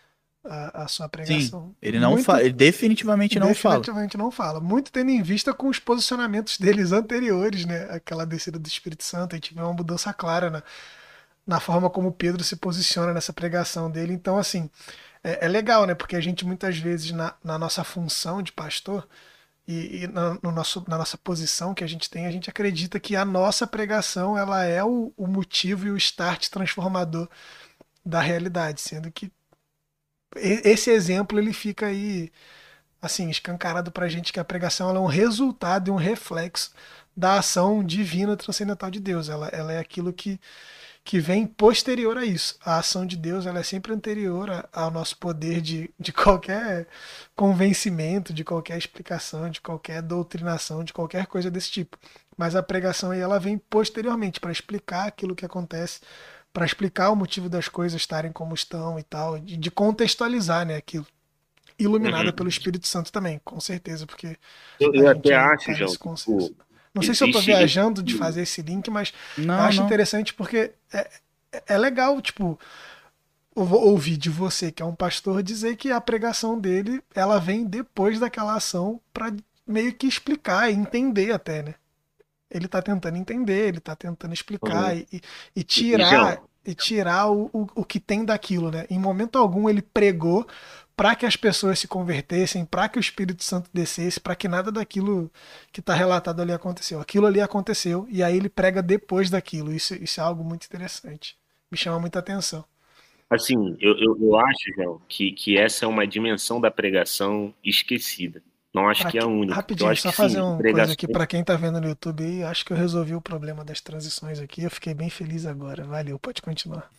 a, a sua Sim, pregação. ele não Muito, fala, ele definitivamente não fala. definitivamente não fala. Muito tendo em vista com os posicionamentos deles anteriores, né? Aquela descida do Espírito Santo, a gente vê uma mudança clara na, na forma como Pedro se posiciona nessa pregação dele. Então, assim, é, é legal, né? Porque a gente muitas vezes, na, na nossa função de pastor, e, e na, no nosso, na nossa posição que a gente tem, a gente acredita que a nossa pregação ela é o, o motivo e o start transformador da realidade, sendo que e- esse exemplo ele fica aí assim escancarado para a gente que a pregação ela é um resultado e um reflexo da ação divina transcendental de Deus. Ela, ela é aquilo que, que vem posterior a isso. A ação de Deus ela é sempre anterior a- ao nosso poder de, de qualquer convencimento, de qualquer explicação, de qualquer doutrinação, de qualquer coisa desse tipo. Mas a pregação aí ela vem posteriormente para explicar aquilo que acontece, para explicar o motivo das coisas estarem como estão e tal, de, de contextualizar, né, aquilo. Iluminada pelo Uhum. Espírito Santo também, com certeza, porque Eu, a eu gente até aí acho, tá João, nesse que, consenso. tipo, Não sei se eu tô existe esse viajando de filme. fazer esse link, mas eu Não, acho não. interessante porque é, é é legal, tipo, eu vou ouvir de você, que é um pastor, dizer que a pregação dele, ela vem depois daquela ação para meio que explicar e entender até, né? Ele tá tentando entender, ele tá tentando explicar Uhum. e, e- e E, tirar João, e tirar o, o, o que tem daquilo, né? Em momento algum ele pregou para que as pessoas se convertessem, para que o Espírito Santo descesse, para que nada daquilo que está relatado ali aconteceu. Aquilo ali aconteceu e aí ele prega depois daquilo. Isso, isso é algo muito interessante. Me chama muita atenção. assim, eu, eu, eu acho, João, que, que essa é uma dimensão da pregação esquecida. Não acho Pra que é a que... única, porque eu Rapidinho, acho só que fazer sim, uma coisa aqui pregações. para quem tá vendo no YouTube aí. Acho que eu resolvi o problema das transições aqui. Eu fiquei bem feliz agora. Valeu, pode continuar.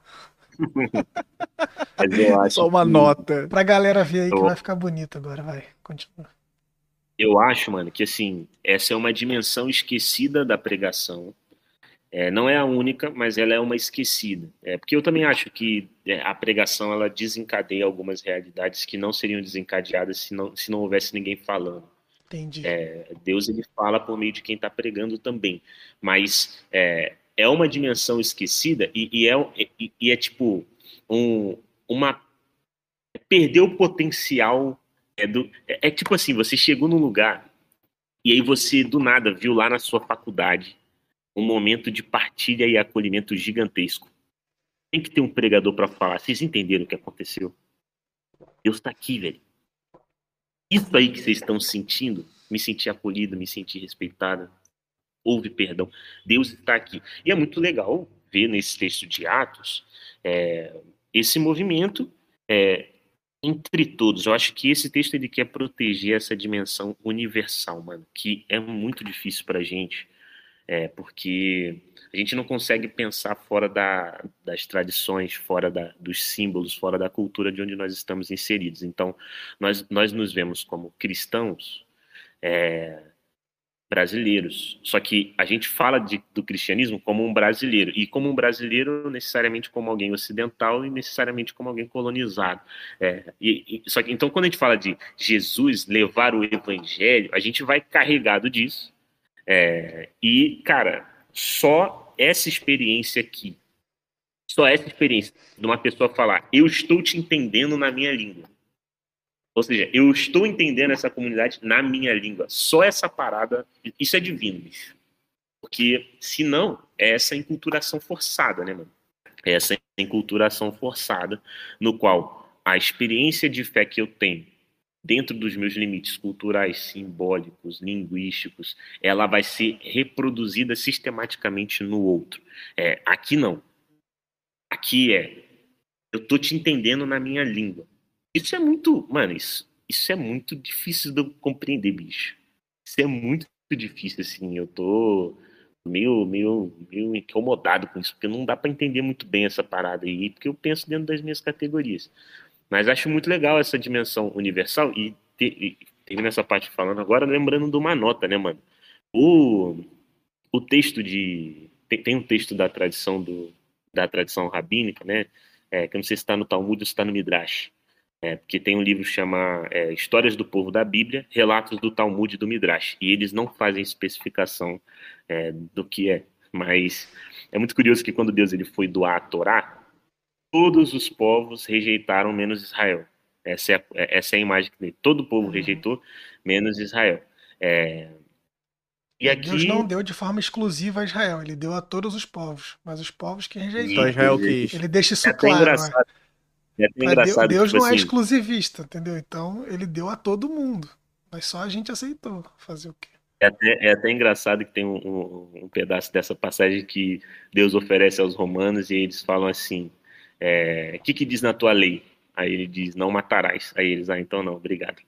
Mas eu acho Só uma que. nota. Pra galera ver aí que vai Eu, ficar bonito agora, vai. Continua. eu acho, mano, que assim, essa é uma dimensão esquecida da pregação. É, não é a única, mas ela é uma esquecida. É, porque eu também acho que é, a pregação ela desencadeia algumas realidades que não seriam desencadeadas se não, se não houvesse ninguém falando. Entendi. Deus ele fala por meio de quem está pregando também, mas é, é uma dimensão esquecida e, e é, e, e é tipo um, uma perdeu o potencial. É, do, é, é tipo assim, você chegou num lugar e aí você do nada viu lá na sua faculdade um momento de partilha e acolhimento gigantesco. Tem que ter um pregador para falar. Vocês entenderam o que aconteceu? Deus está aqui, velho. Isso aí que vocês estão sentindo, me sentir acolhido, me sentir respeitado, houve perdão. Deus está aqui. E é muito legal ver nesse texto de Atos é, esse movimento é, entre todos. Eu acho que esse texto ele quer proteger essa dimensão universal, mano, que é muito difícil pra gente, é, porque a gente não consegue pensar fora da, das tradições, fora da, dos símbolos, fora da cultura de onde nós estamos inseridos. Então, nós, nós nos vemos como cristãos, é, brasileiros. Só que a gente fala de, do cristianismo como um brasileiro, e como um brasileiro necessariamente como alguém ocidental e necessariamente como alguém colonizado. É, e, e, só que então quando a gente fala de Jesus levar o evangelho, a gente vai carregado disso. É, e, cara, só essa experiência aqui, só essa experiência de uma pessoa falar, eu estou te entendendo na minha língua. Ou seja, eu estou entendendo essa comunidade na minha língua. Só essa parada, isso é divino, bicho. Porque, se não, é essa enculturação forçada, né, mano? É essa enculturação forçada, no qual a experiência de fé que eu tenho, dentro dos meus limites culturais, simbólicos, linguísticos, ela vai ser reproduzida sistematicamente no outro. É, aqui não. Aqui é, eu tô te entendendo na minha língua. Isso é muito, mano, isso, isso é muito difícil de eu compreender, bicho. Isso é muito difícil, assim. Eu tô meio, meio, meio incomodado com isso, porque não dá pra entender muito bem essa parada aí, porque eu penso dentro das minhas categorias. Mas acho muito legal essa dimensão universal e, te, e termino essa parte falando agora, lembrando de uma nota, né, mano? O, o texto de. Tem, tem um texto da tradição do, da tradição rabínica, né? É, que eu não sei se está no Talmud ou se está no Midrash. É, porque tem um livro que chama é, Histórias do Povo da Bíblia, Relatos do Talmud e do Midrash. E eles não fazem especificação é, do que é. Mas é muito curioso que quando Deus ele foi doar a Torá, todos os povos rejeitaram menos Israel. Essa é a, essa é a imagem que tem. Todo o povo Uhum. rejeitou, menos Israel. É, e Deus não aqui... deu de forma exclusiva a Israel, ele deu a todos os povos, mas os povos que e- Só rejeitaram. Israel e- quis. Ele deixa É isso até claro, né? engraçado. É até Pra Deu- engraçado, Deus tipo não é assim... exclusivista, entendeu? Então ele deu a todo mundo, mas só a gente aceitou. Fazer o quê? É até, é até engraçado que tem um, um- um pedaço dessa passagem que Deus oferece aos romanos e eles falam assim: é, o que, que diz na tua lei? Aí ele diz: não matarás. Aí eles: ah, então não, obrigado.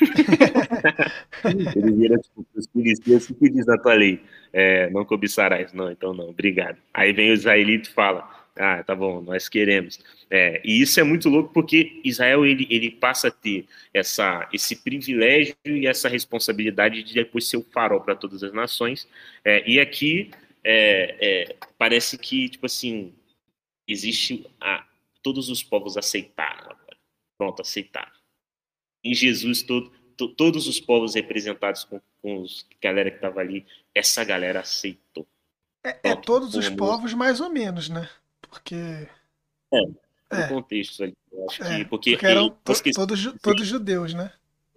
Eles viram tipo, os filisteus: o que, que diz na tua lei? É, não cobiçarás. Não, então não, obrigado. Aí vem o israelita e fala: ah, tá bom, nós queremos. É, e isso é muito louco porque Israel ele, ele passa a ter essa, esse privilégio e essa responsabilidade de depois ser o farol para todas as nações. É, e aqui é, é, parece que, tipo assim, existe a, todos os povos aceitaram agora. Pronto, aceitaram. Em Jesus, todo, to, todos os povos representados com, com os galera que estava ali, essa galera aceitou. É, é Pronto, todos os fomos. povos, mais ou menos, né? Porque. É, pelo É, contexto ali. Eu acho que. é. Porque Porque eram e, to- porque, todos, ju- sim, todos judeus, né?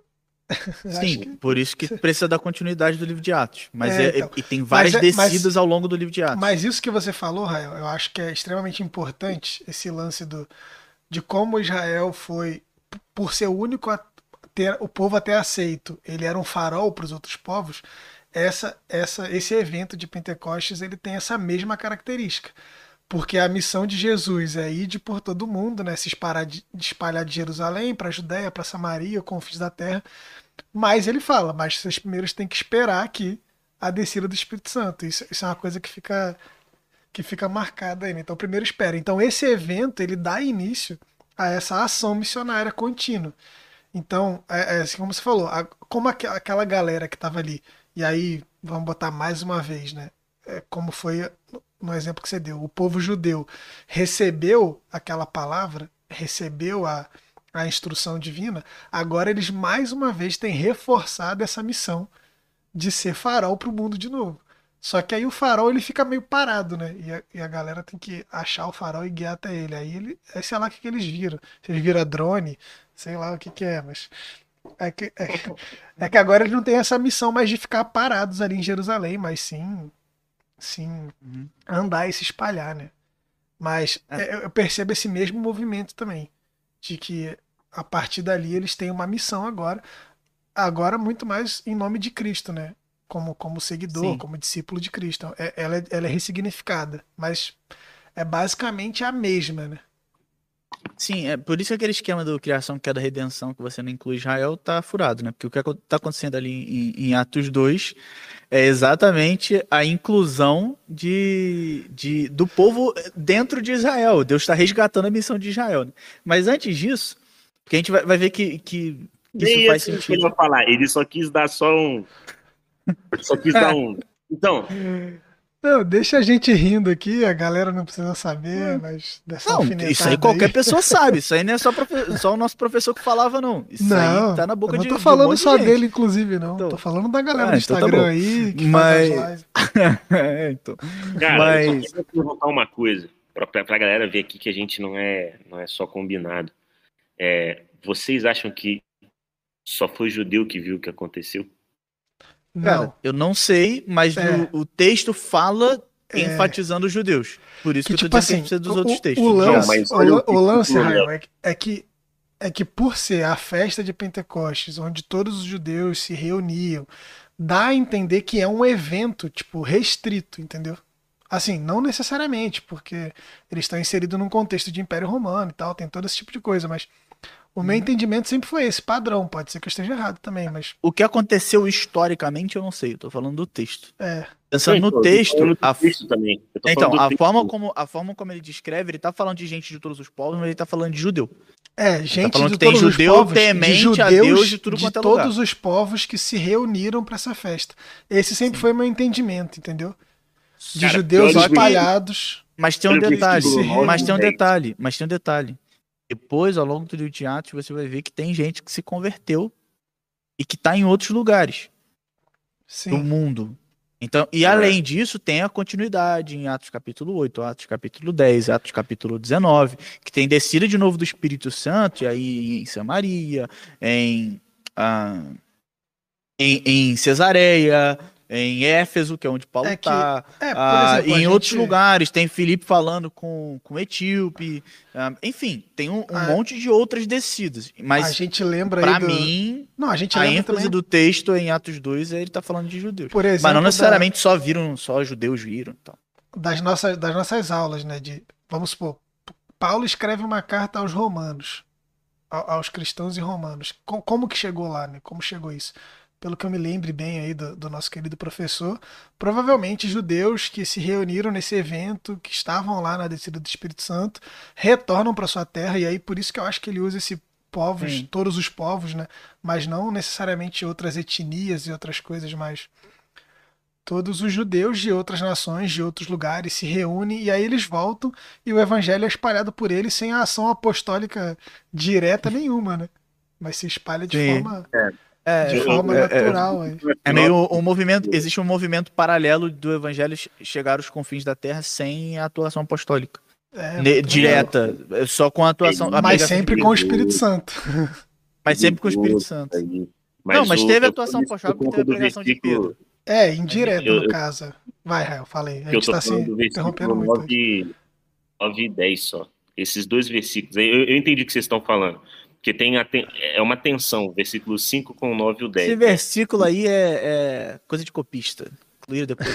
Acho Sim, que. por isso que precisa da continuidade do livro de Atos. Mas É, é, então. e tem Mas, várias é, descidas mas, ao longo do livro de Atos. mas isso que você falou, Rael, eu acho que é extremamente importante esse lance do, de como Israel foi, p- por ser o único a ter o povo até aceito, ele era um farol para os outros povos. Essa, essa, esse evento de Pentecostes ele tem essa mesma característica, porque a missão de Jesus é ir de por todo mundo, né, se espalhar de, de espalhar de Jerusalém para a Judéia, para Samaria, confins da terra. Mas ele fala, mas vocês primeiros têm que esperar aqui a descida do Espírito Santo. Isso, isso é uma coisa que fica que fica marcada aí, né? Então, primeiro espera. Então, esse evento ele dá início a essa ação missionária contínua. Então, é, é assim como você falou, a- como aqu- aquela galera que estava ali, e aí vamos botar mais uma vez, né? É, como foi no exemplo que você deu, o povo judeu recebeu aquela palavra, recebeu a, a instrução divina, agora eles mais uma vez têm reforçado essa missão de ser farol para o mundo de novo. Só que aí o farol ele fica meio parado, né? E a, e a galera tem que achar o farol e guiar até ele. Aí ele, aí sei lá o que, que eles viram. Se eles viram drone, sei lá o que, que é, mas. É que, é, é que agora eles não têm essa missão mais de ficar parados ali em Jerusalém, mas sim, sim Uhum. andar e se espalhar, né? Mas É. é, eu percebo esse mesmo movimento também, de que a partir dali eles têm uma missão agora, agora muito mais em nome de Cristo, né? Como, como seguidor, Sim. como discípulo de Cristo. É- ela, é, ela é ressignificada, mas é basicamente a mesma, né? Sim, é por isso que aquele esquema do criação, queda, redenção, que você não inclui Israel, tá furado, né? Porque o que está acontecendo ali em, em Atos dois é exatamente a inclusão de, de, do povo dentro de Israel. Deus está resgatando a missão de Israel, né? Mas antes disso, porque a gente vai, vai ver que, que isso nem faz assim que sentido. ele ia falar. Ele só quis dar só um. Só quis dar um. Então, Não, deixa a gente rindo aqui, a galera não precisa saber, mas dessa Não, isso aí alfinetada qualquer aí. pessoa sabe. Isso aí não é só, profe- só o nosso professor que falava, não. Isso aí Não, tá na eu boca não de, tô de um falando monte só de gente. dele, inclusive, não. Então, Tô falando da galera ah, do então tá Instagram bom. aí, que Mas... faz as lives. é, então. cara, eu só Mas... quero perguntar uma coisa. Pra, pra, pra galera ver aqui que a gente não é, não é só combinado. É, vocês acham que só foi judeu que viu o que aconteceu? Cara, Não, eu não sei, mas é, o, o texto fala é, enfatizando os judeus. Por isso que que eu tô tipo dizendo que a gente assim, precisa dos o, outros o, o textos. de Não, Atos. lance, mas o, olha o la- o lance, versículo, né? Rael, é, que- é que é que por ser a festa de Pentecostes, onde todos os judeus se reuniam, dá a entender que é um evento, tipo, restrito, entendeu? Assim, não necessariamente, porque eles estão inseridos num contexto de Império Romano e tal, tem todo esse tipo de coisa, mas o meu Uhum. entendimento sempre foi esse, padrão. Pode ser que eu esteja errado também, mas O que aconteceu historicamente eu não sei, eu tô falando do texto. é. Não, Pensando no então, eu tô texto, falando do a, texto também. Eu tô então, falando do a texto. forma, como, a forma como ele descreve, ele tá falando de gente de todos os povos, mas ele tá falando de judeu. É, Ele tá gente falando de que tem todos os judeu povos, de temente a Deus judeus de tudo de quanto é lugar. todos os povos que se reuniram para essa festa. Esse sempre Sim. foi meu entendimento, entendeu? De Cara, judeus pior Só que- espalhados. Mas tem um Olha o detalhe, versículo nove, mas tem um dez. detalhe, mas tem um detalhe. Depois, ao longo do livro de Atos, você vai ver que tem gente que se converteu e que tá em outros lugares do Sim. mundo. Então, e Ah. além disso, tem a continuidade em Atos capítulo oito, Atos capítulo dez, Atos capítulo dezenove, que tem descida de novo do Espírito Santo, e aí em Samaria, em, ah, em, em Cesareia, em Éfeso, que é onde Paulo É que, está, é, por exemplo, e a em outros gente, lugares, tem Filipe falando com, com Etíope, ah, enfim, tem um, um a, monte de outras descidas, a mas gente lembra aí para do. mim, Não, a gente a lembra ênfase também, do texto em Atos dois é ele tá falando de judeus. por Mas não exemplo, da, necessariamente só viram, só judeus viram. Então. das nossas, das nossas aulas, né? De, vamos supor, Paulo escreve uma carta aos romanos, a- aos cristãos e romanos. Co- Como que chegou lá, né? Como chegou isso? Pelo que eu me lembre bem aí do, do nosso querido professor, provavelmente judeus que se reuniram nesse evento, que estavam lá na descida do Espírito Santo, retornam para sua terra, e aí por isso que eu acho que ele usa esse povos, Sim. todos os povos, né? Mas não necessariamente outras etnias e outras coisas, mas todos os judeus de outras nações, de outros lugares se reúnem e aí eles voltam e o evangelho é espalhado por eles sem a ação apostólica direta nenhuma, né? Mas se espalha de Sim. forma, É, de É, eu, eu, forma é, é, natural. Aí. é meio um movimento, existe um movimento paralelo do evangelho che- chegar aos confins da terra sem a atuação apostólica. É, Ne- muito legal. direta, é só com a atuação, a Mas pregação de sempre com o Pedro, Espírito Santo. mas sempre com o Espírito perigoso Santo. aí. Não, mas o, teve eu atuação falo isso por apostólica porque teve conta a do pregação de versículo. Pedro. É, indireta Eu, no eu, caso. Vai, Rael, falei. A eu gente tô tá falando se do versículo interrompendo muito hoje. nove, nove e dez só. Esses dois versículos. aí, Eu, eu entendi o que vocês estão falando. Porque tem a, ten- é uma tensão, versículo cinco com o nove e o Esse dez, né? versículo aí é, é coisa de copista. Incluíram depois.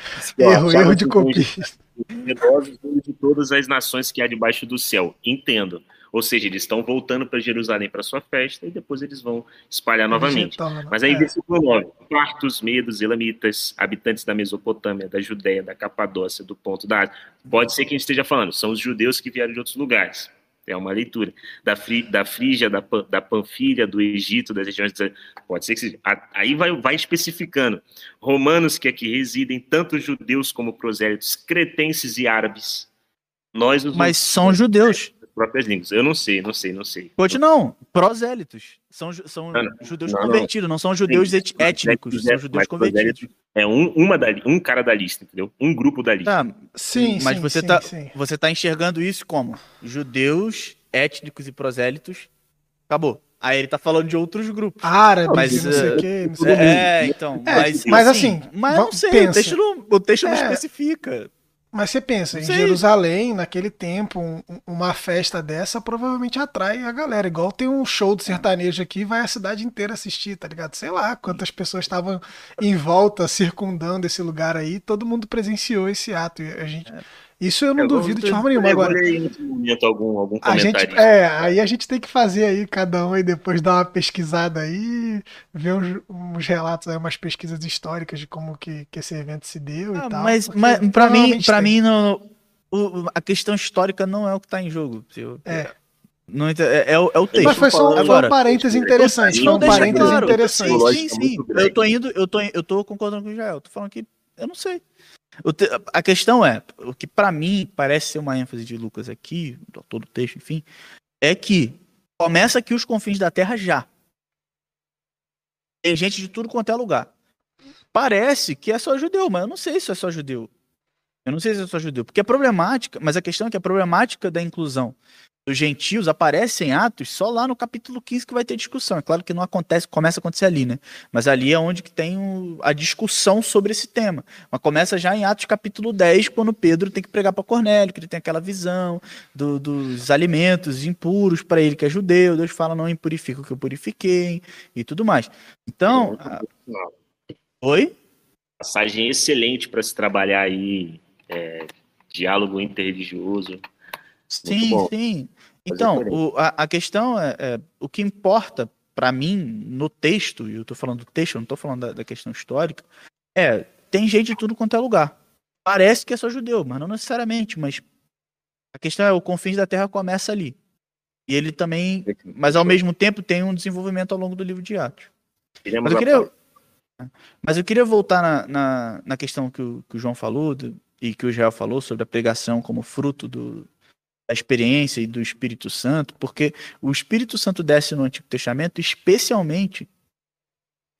Ó, Erro, erro de achava-se com os copia. piedosos de todas as nações que há debaixo do céu. Entendo. Ou seja, eles estão voltando para Jerusalém para sua festa e depois eles vão espalhar Eles novamente. retornam. Mas aí, É. versículo nove: partos, medos, elamitas, habitantes da Mesopotâmia, da Judéia, da Capadócia, do Ponto da Ásia. Pode ser quem esteja falando, são os judeus que vieram de outros lugares. É uma leitura. Da, Frí, da Frígia, da, Pan, da Panfilha, do Egito, das regiões. Pode ser que seja. Aí vai, vai especificando. Romanos que aqui residem, tanto judeus como prosélitos, cretenses e árabes. Nós os Mas são judeus. próprias línguas. Eu não sei, não sei, não sei. Pode não, prosélitos. São, ju- são Não, não. judeus Não, não. convertidos, não são judeus Sim, et- étnicos, mas são é- judeus mas convertidos. É um, uma da, um cara da lista, entendeu? Um grupo da lista. Tá, Sim, mas sim, você sim, tá, sim. você tá enxergando isso como judeus, étnicos e prosélitos. Acabou. Aí ele tá falando de outros grupos. Árabes Mas, e não sei o eh, que, não sei o quê. É, é, então, É, mas, mas assim, mas va- não sei, pensa. o texto não, o texto não É. especifica. Mas você pensa, Não em sei. Jerusalém, naquele tempo, um- uma festa dessa provavelmente atrai a galera. Igual tem um show de sertanejo aqui, vai a cidade inteira assistir, tá ligado? Sei lá quantas pessoas estavam em volta, circundando esse lugar aí, todo mundo presenciou esse ato. E a gente, isso eu não Eu vou- duvido de forma nenhuma. eu vou Agora, ler em outro momento algum, algum a gente, comentário. é, aí a gente tem que fazer aí, cada um aí depois dar uma pesquisada aí, ver uns, uns relatos aí, umas pesquisas históricas de como que, que esse evento se deu e Ah, tal. mas, porque mas para mim, provavelmente para tem. mim não, o- a questão histórica não é o que tá em jogo. Eu- É. Não, ente- é, é o, é o texto. Mas foi só um, foi um Agora, parêntese interessante. Foi não um deixa parêntese claro. interessante. Sim, sim, Lógica sim. muito grande. Eu tô indo, eu tô, eu tô concordando com o Israel. Tô falando que eu não sei. O te- a questão é, o que pra mim parece ser uma ênfase de Lucas aqui, do autor do texto, enfim, é que começa aqui os confins da terra já. Tem gente de tudo quanto é lugar. Parece que é só judeu, mas eu não sei se é só judeu. Eu não sei se é só judeu, porque é problemática, mas a questão é que a problemática da inclusão dos gentios aparece em Atos só lá no capítulo quinze que vai ter discussão. É claro que não acontece, começa a acontecer ali, né? Mas ali é onde que tem o- a discussão sobre esse tema. Mas começa já em Atos capítulo dez, quando Pedro tem que pregar para Cornélio, que ele tem aquela visão do- dos alimentos impuros para ele que é judeu. Deus fala, não impurifica o que eu purifiquei e tudo mais. Então, a- oi? Passagem excelente para se trabalhar aí, é, diálogo interreligioso. Sim, bom. sim. Fazer Então, coerente. o- a, a questão é, é, o que importa para mim no texto, e eu tô falando do texto, eu não tô falando da, da questão histórica, é, tem gente de tudo quanto é lugar. Parece que é só judeu, mas não necessariamente, mas a questão é, o confins da terra começa ali. E ele também, mas ao mesmo tempo tem um desenvolvimento ao longo do livro de Atos. Iremos Mas eu à queria, parte. mas eu queria voltar na, na, na questão que o, que o João falou do- e que o Israel falou sobre a pregação como fruto do, da experiência e do Espírito Santo, porque o Espírito Santo desce no Antigo Testamento especialmente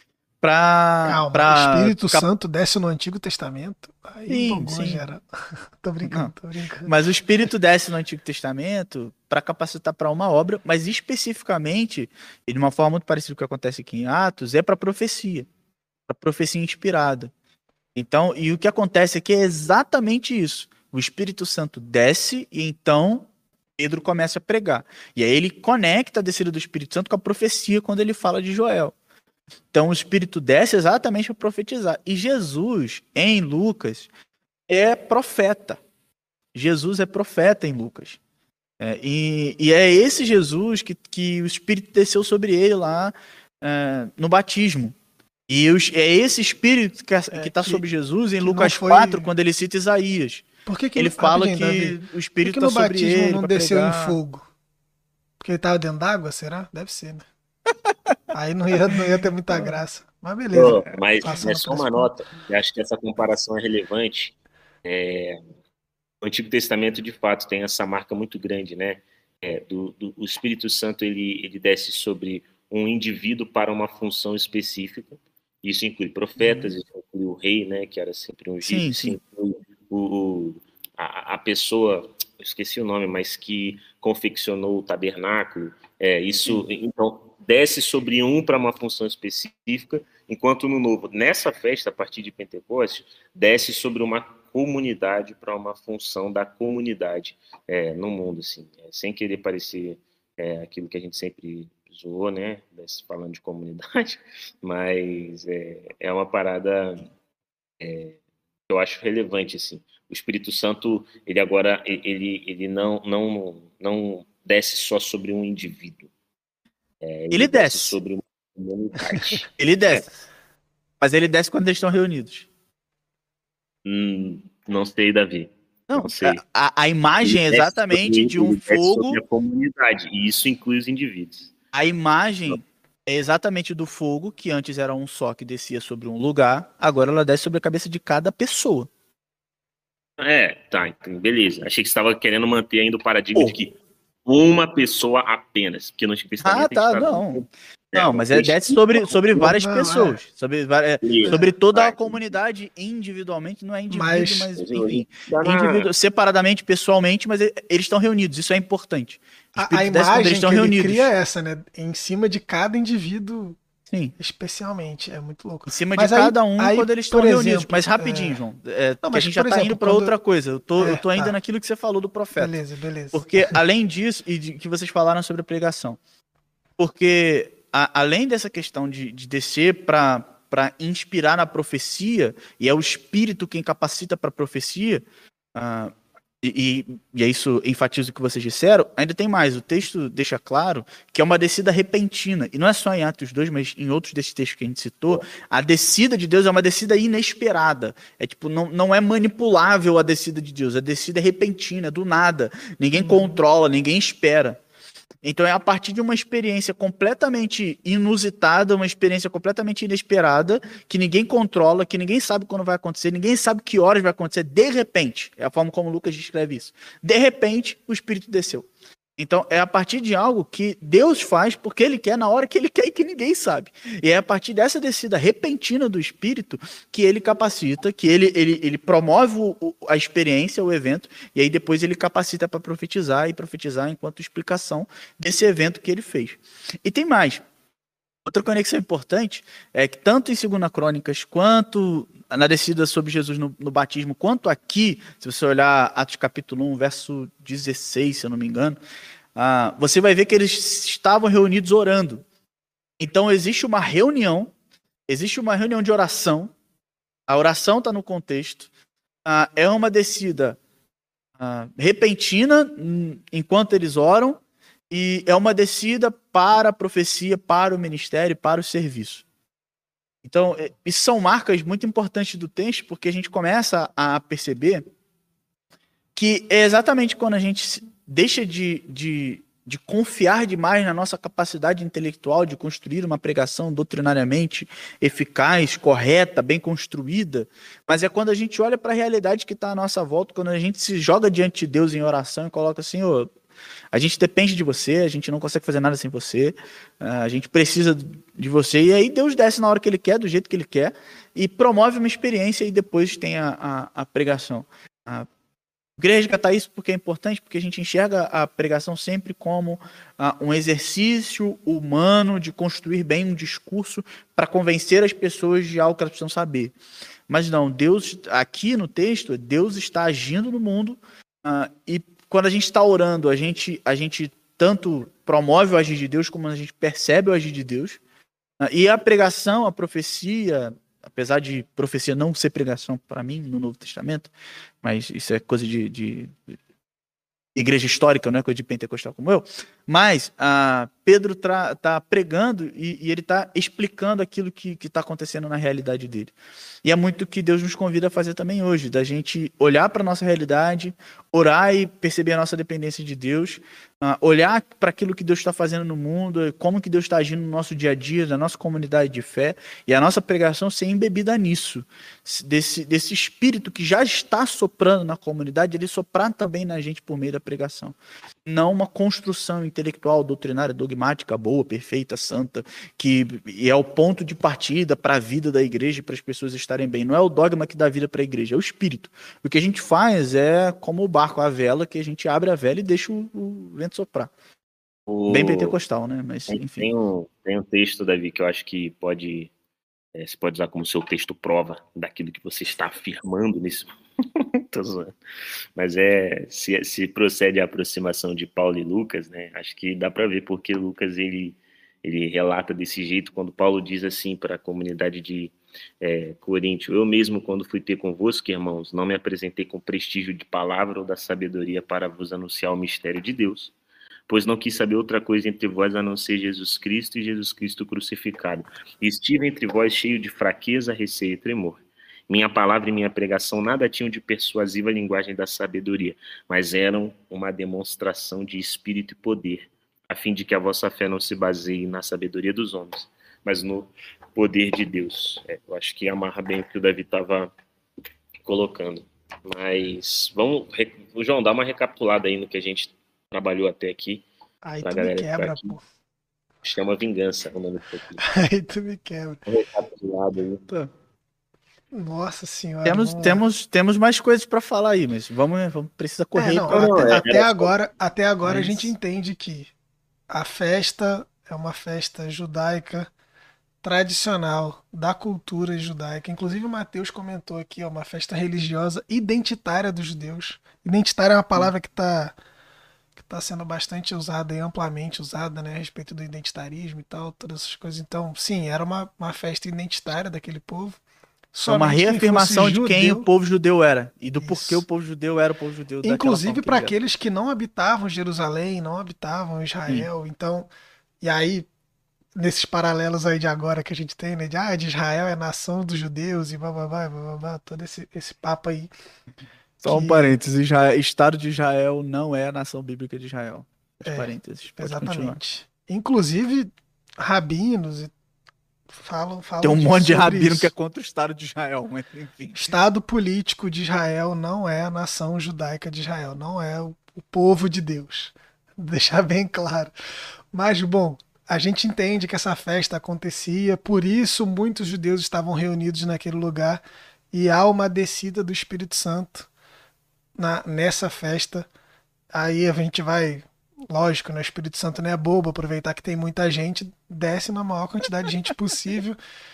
para Calma, pra o Espírito cap- Santo desce no Antigo Testamento? Aí Sim, empolgou, sim. Geraldo. Tô brincando, Não. tô brincando. Mas o Espírito desce no Antigo Testamento para capacitar para uma obra, mas especificamente, e de uma forma muito parecida com o que acontece aqui em Atos, é para profecia, para profecia inspirada. Então, e o que acontece aqui é exatamente isso. O Espírito Santo desce e então Pedro começa a pregar. E aí ele conecta a descida do Espírito Santo com a profecia quando ele fala de Joel. Então o Espírito desce exatamente para profetizar. E Jesus, em Lucas, é profeta. Jesus é profeta em Lucas. É, e, e é esse Jesus que, que o Espírito desceu sobre ele lá é, no batismo. E os, é esse Espírito que É, está que- sobre Jesus em que não Lucas foi- quatro, quando ele cita Isaías. Por que que Ele no- fala rapidinho, que Davi, o por que Espírito que está no sobre batismo ele não para desceu em pregar. fogo? Porque ele tava dentro d'água, será? Deve ser, né? Aí não ia, não ia ter muita graça. Mas beleza. Pô, mas Passando é só por esse uma ponto. nota, eu acho que essa comparação é relevante. É, o Antigo Testamento, de fato, tem essa marca muito grande, né? É, do, do, o Espírito Santo, ele, ele desce sobre um indivíduo para uma função específica. Isso inclui profetas, isso inclui o rei, né? Que era sempre ungido. Sim, Isso sim. inclui o, o, a, a pessoa, eu esqueci o nome, mas que confeccionou o tabernáculo. É, isso, então, desce sobre um para uma função específica, enquanto no novo, nessa festa, a partir de Pentecostes, desce sobre uma comunidade para uma função da comunidade é, no mundo, assim, é, sem querer parecer é, aquilo que a gente sempre zoou, né, desse- falando de comunidade, mas é, é uma parada é, que eu acho relevante, assim. O Espírito Santo, ele agora, ele, ele não, não, não desce só sobre um indivíduo, é, ele, Ele desce desce. sobre uma comunidade. Ele desce. Mas ele desce quando eles estão reunidos. Hum, não sei, Davi, Não, não sei. a, a imagem é Ele desce exatamente sobre, de um ele desce sobre fogo. a comunidade, e isso inclui os indivíduos. A imagem é exatamente do fogo, que antes era um só que descia sobre um lugar, agora ela desce sobre a cabeça de cada pessoa. É, tá, então, beleza. Achei que você estava querendo manter ainda o paradigma Pô. de que uma pessoa apenas, porque no Antigo Testamento Ah, tá, a gente tá não. É, Não, mas é, desce sobre, sobre várias Não, é. pessoas. Sobre, va- é, Isso. sobre toda a Vai. comunidade individualmente, não é indivíduo, Mas- mas, Mas enfim. tá na- Indivíduo, separadamente, pessoalmente, mas e- eles estão reunidos, isso é importante. O A, a Espírito desce quando imagem eles estão que ele reunidos. cria é essa, né? Em cima de cada indivíduo, Sim. especialmente. É muito louco. Em cima Mas de aí- cada um aí, quando eles estão por reunidos. exemplo, Mas rapidinho, é- João. É, porque mas, a gente já por está exemplo, indo para quando- outra coisa. Eu tô, É, eu tô ainda tá. naquilo que você falou do profeta. Beleza, beleza. Porque, além disso, e de, que vocês falaram sobre a pregação, porque a- além dessa questão de, de descer para inspirar na profecia, e é o Espírito quem capacita para a profecia, ah, e, e, e é isso enfatiza o que vocês disseram, ainda tem mais. O texto deixa claro que é uma descida repentina, e não é só em Atos dois, mas em outros desses textos que a gente citou, a descida de Deus é uma descida inesperada. É tipo, não, não é manipulável a descida de Deus, a descida é repentina, do nada. Ninguém controla, ninguém espera. Então é a partir de uma experiência completamente inusitada, uma experiência completamente inesperada, que ninguém controla, que ninguém sabe quando vai acontecer, ninguém sabe que horas vai acontecer, de repente. É a forma como o Lucas descreve isso. De repente, o Espírito desceu. Então é a partir de algo que Deus faz porque Ele quer, na hora que Ele quer e que ninguém sabe. E é a partir dessa descida repentina do Espírito que Ele capacita, que Ele, ele, ele promove o, o, a experiência, o evento, e aí depois Ele capacita para profetizar e profetizar enquanto explicação desse evento que Ele fez. E tem mais. Outra conexão importante é que tanto em Segunda Crônicas quanto na descida sobre Jesus no, no batismo, quanto aqui, se você olhar Atos capítulo um, verso dezesseis, se eu não me engano, ah, você vai ver que eles estavam reunidos orando. Então existe uma reunião, existe uma reunião de oração, a oração está no contexto, ah, é uma descida ah, repentina hum, enquanto eles oram, e é uma descida para a profecia, para o ministério, para o serviço. Então, isso são marcas muito importantes do texto, porque a gente começa a perceber que é exatamente quando a gente deixa de, de, de confiar demais na nossa capacidade intelectual de construir uma pregação doutrinariamente eficaz, correta, bem construída, mas é quando a gente olha para a realidade que está à nossa volta, quando a gente se joga diante de Deus em oração e coloca assim, ô, A gente depende de você, a gente não consegue fazer nada sem você, a gente precisa de você, e aí Deus desce na hora que Ele quer, do jeito que Ele quer, e promove uma experiência e depois tem a, a, a pregação. A, Eu queria resgatar isso porque é importante, porque a gente enxerga a pregação sempre como uh, um exercício humano de construir bem um discurso para convencer as pessoas de algo que elas precisam saber. Mas não, Deus, aqui no texto, Deus está agindo no mundo uh, e quando a gente está orando, a gente, a gente tanto promove o agir de Deus como a gente percebe o agir de Deus. Uh, e a pregação, a profecia, apesar de profecia não ser pregação para mim no Novo Testamento, mas isso é coisa de, de, de igreja histórica, não é coisa de pentecostal como eu, mas ah, Pedro está pregando e, e ele está explicando aquilo que está acontecendo na realidade dele. E é muito o que Deus nos convida a fazer também hoje, da gente olhar para a nossa realidade, orar e perceber a nossa dependência de Deus, ah, olhar para aquilo que Deus está fazendo no mundo, como que Deus está agindo no nosso dia a dia, na nossa comunidade de fé, e a nossa pregação ser embebida nisso, desse, desse espírito que já está soprando na comunidade, ele soprar também na gente por meio da pregação. Não uma construção intelectual, doutrinária, dogmática, boa, perfeita, santa, que é o ponto de partida para a vida da igreja e para as pessoas estarem bem. Não é o dogma que dá vida para a igreja, é o espírito. O que a gente faz é como o barco, a vela, que a gente abre a vela e deixa o, o vento soprar. O... Bem pentecostal, né? Mas, tem, enfim. Tem um, tem um texto, Davi, que eu acho que pode, é, você pode usar como seu texto prova daquilo que você está afirmando nesse Tô zoando. Mas é, se, se procede a aproximação de Paulo e Lucas, né, acho que dá para ver porque Lucas ele, ele relata desse jeito quando Paulo diz assim para a comunidade de é, Coríntio: eu mesmo, quando fui ter convosco, irmãos, não me apresentei com prestígio de palavra ou da sabedoria para vos anunciar o mistério de Deus, pois não quis saber outra coisa entre vós a não ser Jesus Cristo e Jesus Cristo crucificado. E estive entre vós cheio de fraqueza, receio e tremor. Minha palavra e minha pregação nada tinham de persuasiva linguagem da sabedoria, mas eram uma demonstração de espírito e poder, a fim de que a vossa fé não se baseie na sabedoria dos homens, mas no poder de Deus. É, eu acho que amarra bem o que o Davi estava colocando. Mas vamos, João, dá uma recapitulada aí no que a gente trabalhou até aqui. Aí tu me quebra, pô. Chama Vingança o nome disso aqui. Aí tu me quebra. Recapitulado aí. Tá. Nossa senhora. Temos, temos, temos mais coisas para falar aí, mas vamos, vamos precisa correr. É, não, pra... até, não, é, até agora, até agora mas... a gente entende que a festa é uma festa judaica tradicional da cultura judaica. Inclusive o Mateus comentou aqui, ó, uma festa religiosa identitária dos judeus. Identitária é uma palavra que está que tá sendo bastante usada e amplamente usada, né, a respeito do identitarismo e tal, todas essas coisas. Então, sim, era uma, uma festa identitária daquele povo. É uma reafirmação de quem o povo judeu era e do Isso. porquê o povo judeu era o povo judeu. Inclusive para aqueles que não habitavam Jerusalém, não habitavam Israel. Hum. Então, e aí, nesses paralelos aí de agora que a gente tem, né? De, ah, de Israel é nação dos judeus e blá blá blá blá blá, todo esse, esse papo aí. Só que... um parênteses, Israel, Estado de Israel não é a nação bíblica de Israel. Os é, parênteses. Exatamente. Continuar. Inclusive, rabinos e Falam, falam Tem um monte de rabino isso. que é contra o Estado de Israel, mas enfim. Estado político de Israel não é a nação judaica de Israel, não é o, o povo de Deus. Vou deixar bem claro. Mas, bom, a gente entende que essa festa acontecia, por isso muitos judeus estavam reunidos naquele lugar e há uma descida do Espírito Santo na, nessa festa. Aí a gente vai... Lógico, né? O Espírito Santo não é bobo, aproveitar que tem muita gente, desce na maior quantidade de gente possível.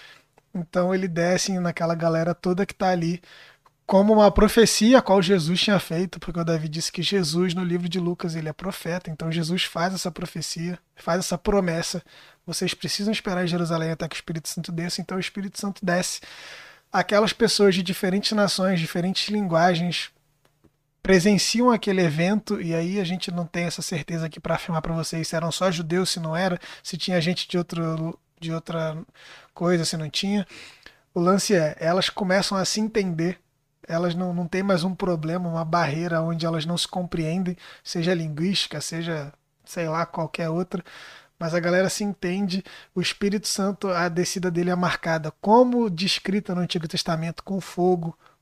Então ele desce naquela galera toda que está ali, como uma profecia a qual Jesus tinha feito, porque o Davi disse que Jesus, no livro de Lucas, ele é profeta, então Jesus faz essa profecia, faz essa promessa. Vocês precisam esperar em Jerusalém até que o Espírito Santo desça, então o Espírito Santo desce. Aquelas pessoas de diferentes nações, diferentes linguagens, presenciam aquele evento, e aí a gente não tem essa certeza aqui para afirmar para vocês se eram só judeus, se não era, se tinha gente de, outro, de outra coisa, se não tinha. O lance é, elas começam a se entender, elas não, não têm mais um problema, uma barreira onde elas não se compreendem, seja linguística, seja, sei lá, qualquer outra, mas a galera se entende, o Espírito Santo, a descida dele é marcada como descrita no Antigo Testamento, com fogo,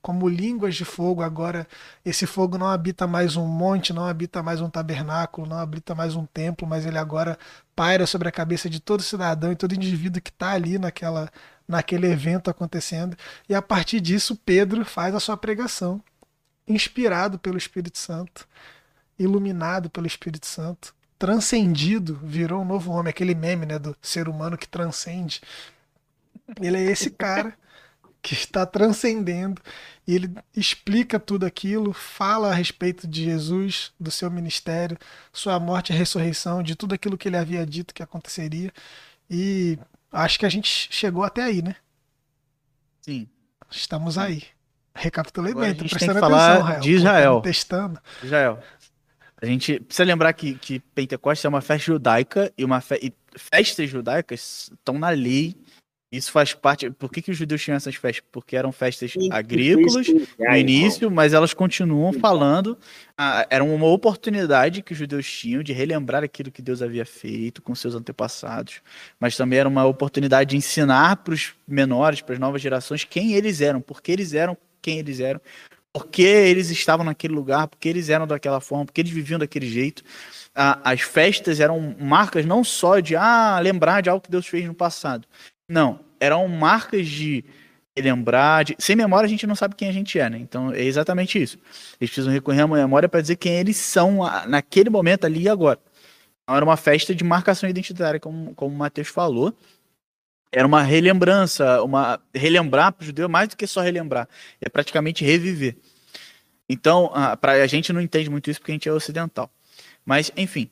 como línguas de fogo. Agora esse fogo não habita mais um monte, não habita mais um tabernáculo, não habita mais um templo, mas ele agora paira sobre a cabeça de todo cidadão e todo indivíduo que está ali naquela, naquele evento acontecendo. E a partir disso, Pedro faz a sua pregação, inspirado pelo Espírito Santo, iluminado pelo Espírito Santo, transcendido, virou um novo homem, aquele meme, né, do ser humano que transcende. Ele é esse cara que está transcendendo e ele explica tudo aquilo, fala a respeito de Jesus, do seu ministério, sua morte e ressurreição, de tudo aquilo que ele havia dito que aconteceria. E acho que a gente chegou até aí, né? Sim. Estamos aí. Recapitulei Agora bem, a tô gente tem prestando que falar atenção, Rael. de Israel. Tô testando. Israel. A gente precisa lembrar que, que Pentecostes é uma festa judaica e, uma fe... e festas judaicas estão na lei. Isso faz parte. Por que, que os judeus tinham essas festas? Porque eram festas agrícolas no início, mas elas continuam falando. Ah, era uma oportunidade que os judeus tinham de relembrar aquilo que Deus havia feito com seus antepassados, mas também era uma oportunidade de ensinar para os menores, para as novas gerações, quem eles eram, por que eles eram quem eles eram, por que eles estavam naquele lugar, por que eles eram daquela forma, por que eles viviam daquele jeito. Ah, as festas eram marcas não só de ah, lembrar de algo que Deus fez no passado. Não, eram marcas de lembrar, de... sem memória a gente não sabe quem a gente é, né? Então é exatamente isso. Eles precisam recorrer à memória para dizer quem eles são naquele momento, ali e agora. Então, era uma festa de marcação identitária, como, como o Matheus falou. Era uma relembrança, uma relembrar para o judeu mais do que só relembrar, é praticamente reviver. Então, a, pra, a gente não entende muito isso porque a gente é ocidental. Mas, enfim.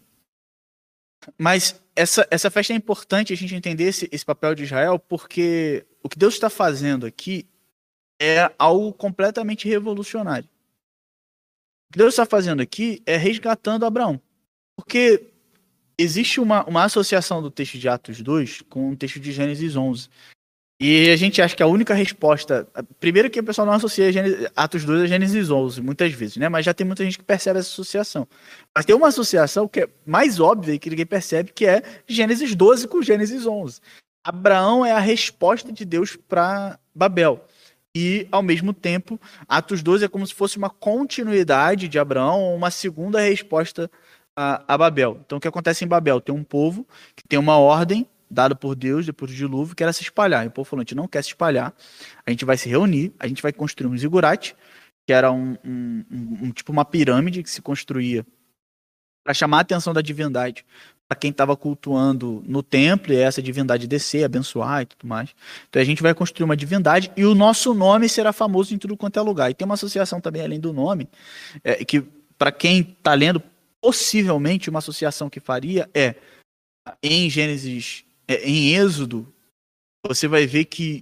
Mas essa, essa festa é importante a gente entender esse, esse papel de Israel, porque o que Deus está fazendo aqui é algo completamente revolucionário. O que Deus está fazendo aqui é resgatando Abraão. Porque existe uma, uma associação do texto de Atos dois com o texto de Gênesis onze. E a gente acha que a única resposta... Primeiro que o pessoal não associa Gênesis, Atos dois a Gênesis onze, muitas vezes, né? Mas já tem muita gente que percebe essa associação. Mas tem uma associação que é mais óbvia e que ninguém percebe, que é Gênesis doze com Gênesis onze. Abraão é a resposta de Deus para Babel. E, ao mesmo tempo, Atos doze é como se fosse uma continuidade de Abraão, uma segunda resposta a, a Babel. Então, o que acontece em Babel? Tem um povo que tem uma ordem dado por Deus depois do dilúvio, que era se espalhar. E o povo falou, a gente não quer se espalhar, a gente vai se reunir, a gente vai construir um zigurate, que era um, um, um, um tipo uma pirâmide que se construía para chamar a atenção da divindade para quem estava cultuando no templo, e essa divindade descer, abençoar e tudo mais. Então a gente vai construir uma divindade e o nosso nome será famoso em tudo quanto é lugar. E tem uma associação também, além do nome, é, que para quem está lendo, possivelmente uma associação que faria é, em Gênesis... Em Êxodo, você vai ver que,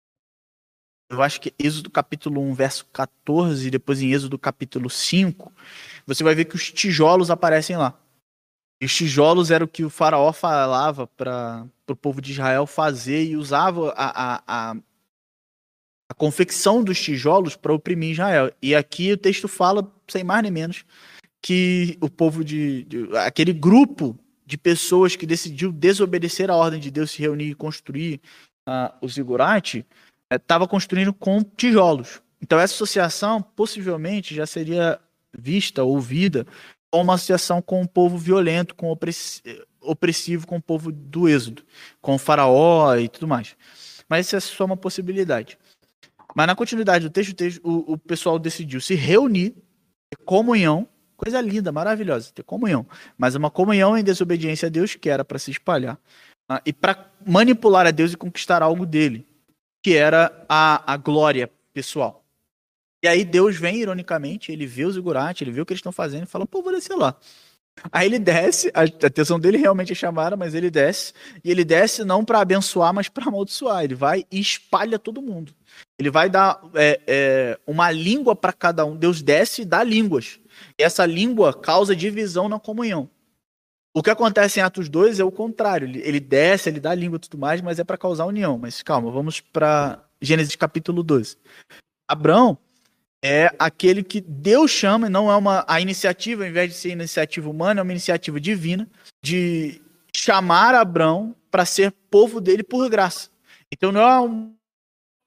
eu acho que Êxodo capítulo um, verso quatorze, e depois em Êxodo capítulo cinco, você vai ver que os tijolos aparecem lá. E os tijolos eram o que o faraó falava para o povo de Israel fazer e usava a, a, a, a confecção dos tijolos para oprimir Israel. E aqui o texto fala, sem mais nem menos, que o povo de... de aquele grupo de pessoas que decidiu desobedecer a ordem de Deus, se reunir e construir uh, o zigurate, estava uh, construindo com tijolos. Então essa associação possivelmente já seria vista, ouvida, como uma associação com o povo violento, com opress... opressivo, com o povo do Êxodo, com o faraó e tudo mais. Mas isso é só uma possibilidade. Mas na continuidade do texto, o, o pessoal decidiu se reunir, ter comunhão, coisa linda, maravilhosa, ter comunhão. Mas uma comunhão em desobediência a Deus, que era para se espalhar. Uh, e para manipular a Deus e conquistar algo dele, que era a, a glória pessoal. E aí Deus vem, ironicamente, ele vê o zigurate, ele vê o que eles estão fazendo e fala, pô, vou descer lá. Aí ele desce, a atenção dele realmente é chamada, mas ele desce, e ele desce não para abençoar, mas para amaldiçoar. Ele vai e espalha todo mundo. Ele vai dar é, é, uma língua para cada um. Deus desce e dá línguas. E essa língua causa divisão na comunhão. O que acontece em Atos dois é o contrário. Ele, ele desce, ele dá língua e tudo mais, mas é para causar união. Mas calma, vamos para Gênesis capítulo doze. Abraão é aquele que Deus chama, não é uma a iniciativa, ao invés de ser iniciativa humana, é uma iniciativa divina, de chamar Abraão para ser povo dele por graça. Então não é um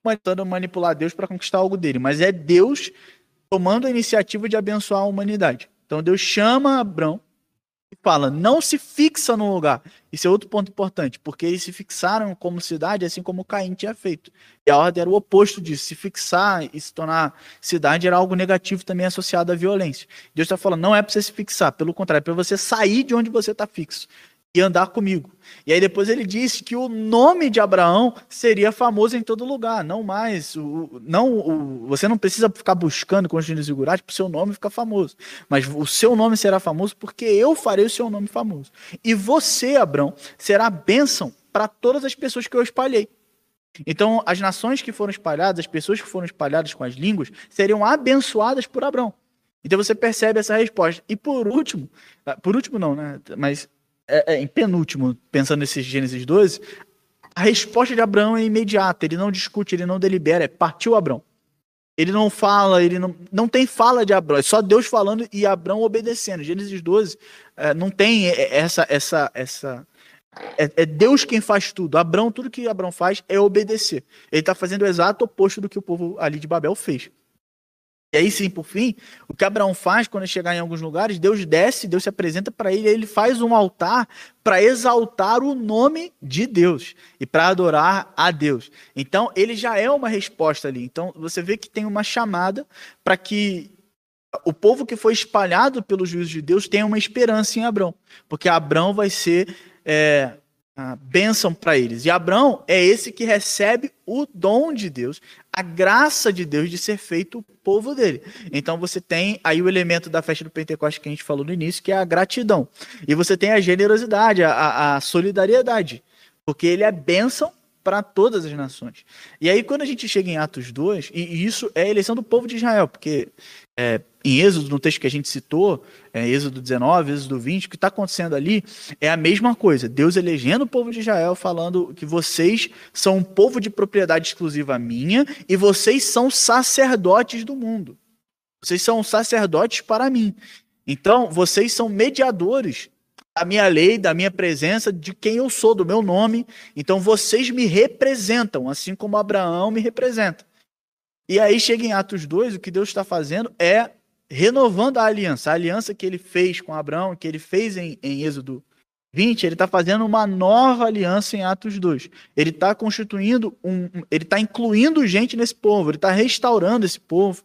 tentando manipular Deus para conquistar algo dele, mas é Deus tomando a iniciativa de abençoar a humanidade. Então Deus chama Abrão e fala, não se fixa no lugar. Isso é outro ponto importante, porque eles se fixaram como cidade, assim como Caim tinha feito. E a ordem era o oposto disso. Se fixar e se tornar cidade era algo negativo também associado à violência. Deus está falando, não é para você se fixar, pelo contrário, é para você sair de onde você está fixo e andar comigo. E aí depois ele disse que o nome de Abraão seria famoso em todo lugar, não mais, o, não, o, você não precisa ficar buscando conjuntos figurais para o seu nome ficar famoso, mas o seu nome será famoso porque eu farei o seu nome famoso. E você, Abraão, será bênção para todas as pessoas que eu espalhei. Então, as nações que foram espalhadas, as pessoas que foram espalhadas com as línguas, seriam abençoadas por Abraão. Então você percebe essa resposta. E por último, por último não, né? Mas É, é, em penúltimo, pensando nesse Gênesis doze, a resposta de Abraão é imediata, ele não discute, ele não delibera, é partiu Abraão. Ele não fala, ele não, não tem fala de Abraão, é só Deus falando e Abraão obedecendo. Gênesis doze é, não tem essa... essa, essa é, é Deus quem faz tudo. Abraão, tudo que Abraão faz é obedecer. Ele está fazendo o exato oposto do que o povo ali de Babel fez. E aí sim, por fim, o que Abraão faz quando chegar em alguns lugares, Deus desce, Deus se apresenta para ele, ele faz um altar para exaltar o nome de Deus e para adorar a Deus. Então, ele já é uma resposta ali. Então, você vê que tem uma chamada para que o povo que foi espalhado pelos juízos de Deus tenha uma esperança em Abraão, porque Abraão vai ser é, a bênção para eles. E Abraão é esse que recebe o dom de Deus, a graça de Deus de ser feito o povo dele. Então você tem aí o elemento da festa do Pentecostes que a gente falou no início, que é a gratidão. E você tem a generosidade, a, a solidariedade, porque ele é bênção para todas as nações. E aí quando a gente chega em Atos dois, e, e isso é a eleição do povo de Israel, porque é, em Êxodo, no texto que a gente citou, é, Êxodo dezenove, Êxodo vinte, o que está acontecendo ali é a mesma coisa. Deus elegendo o povo de Israel, falando que vocês são um povo de propriedade exclusiva minha e vocês são sacerdotes do mundo. Vocês são sacerdotes para mim. Então, vocês são mediadores da minha lei, da minha presença, de quem eu sou, do meu nome. Então, vocês me representam, assim como Abraão me representa. E aí chega em Atos dois, o que Deus está fazendo é renovando a aliança. A aliança que ele fez com Abraão, que ele fez em, em Êxodo vinte, ele está fazendo uma nova aliança em Atos dois. Ele está constituindo, um, ele está incluindo gente nesse povo, ele está restaurando esse povo.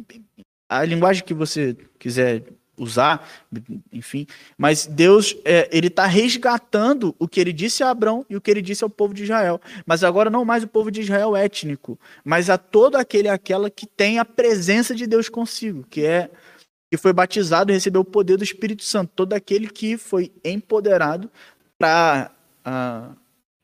A linguagem que você quiser usar, enfim, mas Deus, é, ele está resgatando o que ele disse a Abraão e o que ele disse ao povo de Israel, mas agora não mais o povo de Israel étnico, mas a todo aquele e aquela que tem a presença de Deus consigo, que é que foi batizado e recebeu o poder do Espírito Santo, todo aquele que foi empoderado para uh,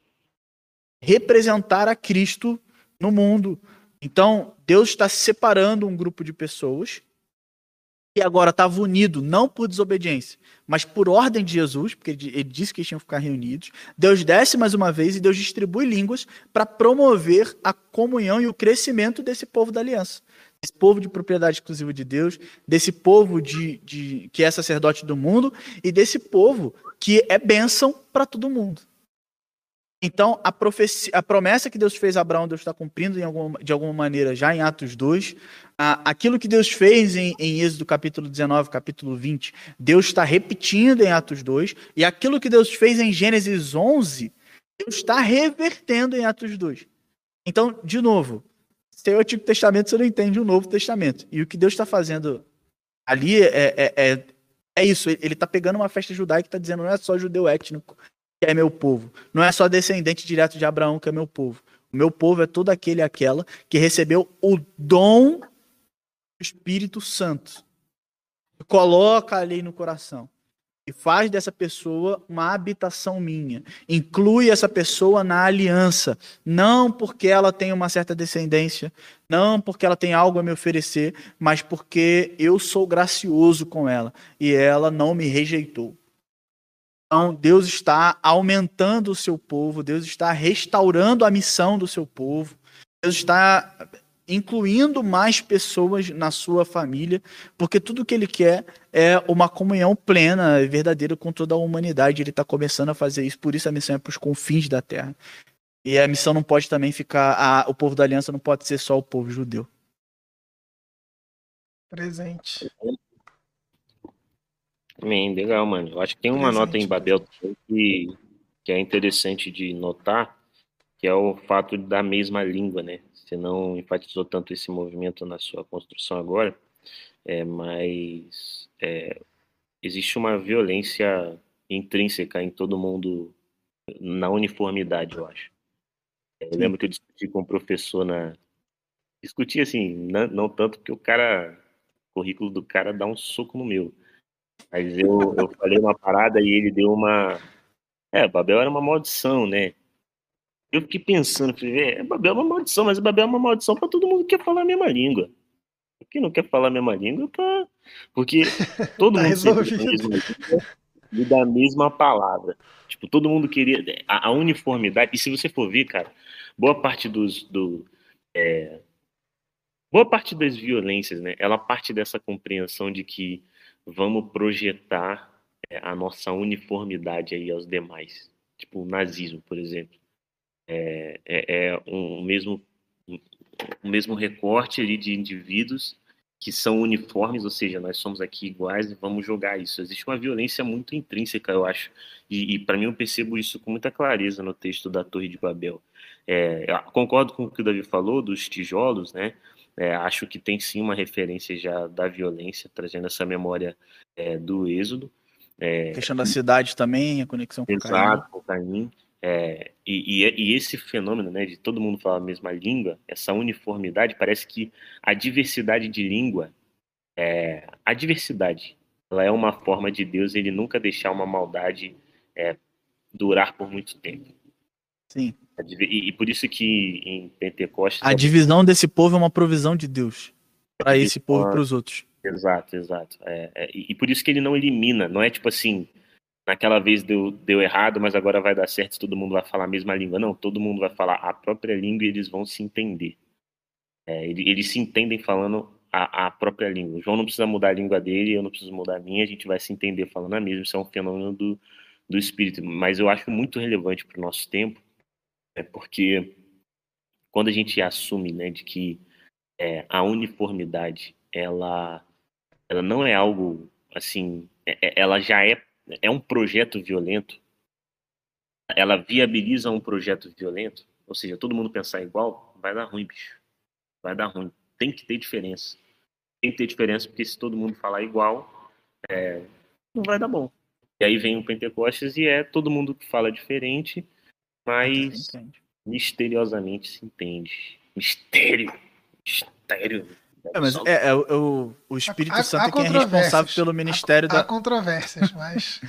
representar a Cristo no mundo. Então Deus está separando um grupo de pessoas que agora estava unido, não por desobediência, mas por ordem de Jesus, porque ele, ele disse que eles tinham que ficar reunidos. Deus desce mais uma vez e Deus distribui línguas para promover a comunhão e o crescimento desse povo da aliança. Desse povo de propriedade exclusiva de Deus, desse povo de, de, que é sacerdote do mundo e desse povo que é bênção para todo mundo. Então, a, profecia, a promessa que Deus fez a Abraão, Deus está cumprindo em alguma, de alguma maneira já em Atos dois. Ah, aquilo que Deus fez em, em Êxodo capítulo dezenove, capítulo vinte, Deus está repetindo em Atos dois. E aquilo que Deus fez em Gênesis onze, Deus está revertendo em Atos dois. Então, de novo, sem o Antigo Testamento você não entende o Novo Testamento. E o que Deus está fazendo ali é, é, é, é isso. Ele está pegando uma festa judaica e está dizendo não é só judeu étnico que é meu povo. Não é só descendente direto de Abraão que é meu povo. O meu povo é todo aquele e aquela que recebeu o dom do Espírito Santo. Coloca ali no coração. E faz dessa pessoa uma habitação minha. Inclui essa pessoa na aliança. Não porque ela tem uma certa descendência, não porque ela tem algo a me oferecer, mas porque eu sou gracioso com ela. E ela não me rejeitou. Então, Deus está aumentando o seu povo, Deus está restaurando a missão do seu povo, Deus está incluindo mais pessoas na sua família, porque tudo que ele quer é uma comunhão plena e verdadeira com toda a humanidade. Ele está começando a fazer isso, por isso a missão é para os confins da terra. E a missão não pode também ficar... A, o povo da aliança não pode ser só o povo judeu. Presente. Bem, legal, mano. Eu acho que tem uma Presente, nota em Babel que, que é interessante de notar, que é o fato da mesma língua, né? Você não enfatizou tanto esse movimento na sua construção agora, é, mas é, existe uma violência intrínseca em todo mundo, na uniformidade, eu acho. Eu lembro que eu discuti com um professor na... Discuti assim, não, não tanto porque o cara... O currículo do cara dá um soco no meu. Mas eu, eu falei uma parada e ele deu uma... É, Babel era uma maldição, né? Eu fiquei pensando, falei, é, Babel é uma maldição, mas Babel é uma maldição para todo mundo que quer falar a mesma língua. Quem não quer falar a mesma língua, tá... Porque todo Tá mundo sempre resolvido. da mesma língua e da mesma palavra. Tipo, todo mundo queria... A, a uniformidade... E se você for ver, cara, boa parte dos... Do, é, boa parte das violências, né? Ela parte dessa compreensão de que vamos projetar é, a nossa uniformidade aí aos demais. Tipo, o nazismo, por exemplo. É, é, é um mesmo, um mesmo recorte ali de indivíduos que são uniformes, ou seja, nós somos aqui iguais e vamos jogar isso. Existe uma violência muito intrínseca, eu acho, e, e para mim eu percebo isso com muita clareza no texto da Torre de Babel. É, concordo com o que o Davi falou dos tijolos, né? É, acho que tem sim uma referência já da violência, trazendo essa memória é, do Êxodo. É, A questão da cidade também, a conexão com o Caim. Exato, com Caim. É, e, e, e esse fenômeno, né, de todo mundo falar a mesma língua, essa uniformidade, parece que a diversidade de língua, é, a diversidade, ela é uma forma de Deus ele nunca deixar uma maldade é, durar por muito tempo. Sim. E, e por isso que em Pentecostes... A divisão desse povo é uma provisão de Deus para esse povo e para os outros. Exato, exato. É, é, e, e por isso que ele não elimina, não é tipo assim... Naquela vez deu, deu errado, mas agora vai dar certo se todo mundo vai falar a mesma língua. Não, todo mundo vai falar a própria língua e eles vão se entender. É, eles, eles se entendem falando a, a própria língua. O João não precisa mudar a língua dele, eu não preciso mudar a minha, a gente vai se entender falando a mesma. Isso é um fenômeno do, do espírito. Mas eu acho muito relevante para o nosso tempo, é porque quando a gente assume, né, de que é, a uniformidade, ela, ela não é algo assim, é, ela já é é um projeto violento, ela viabiliza um projeto violento, ou seja, todo mundo pensar igual, vai dar ruim, bicho. Vai dar ruim. Tem que ter diferença. Tem que ter diferença, porque se todo mundo falar igual, é, não vai dar bom. E aí vem o Pentecostes e é todo mundo que fala diferente, mas misteriosamente se entende. Mistério. Mistério. É, mas é, é, o, o Espírito há, Santo há é quem é responsável pelo ministério há, da... Há controvérsias, mas...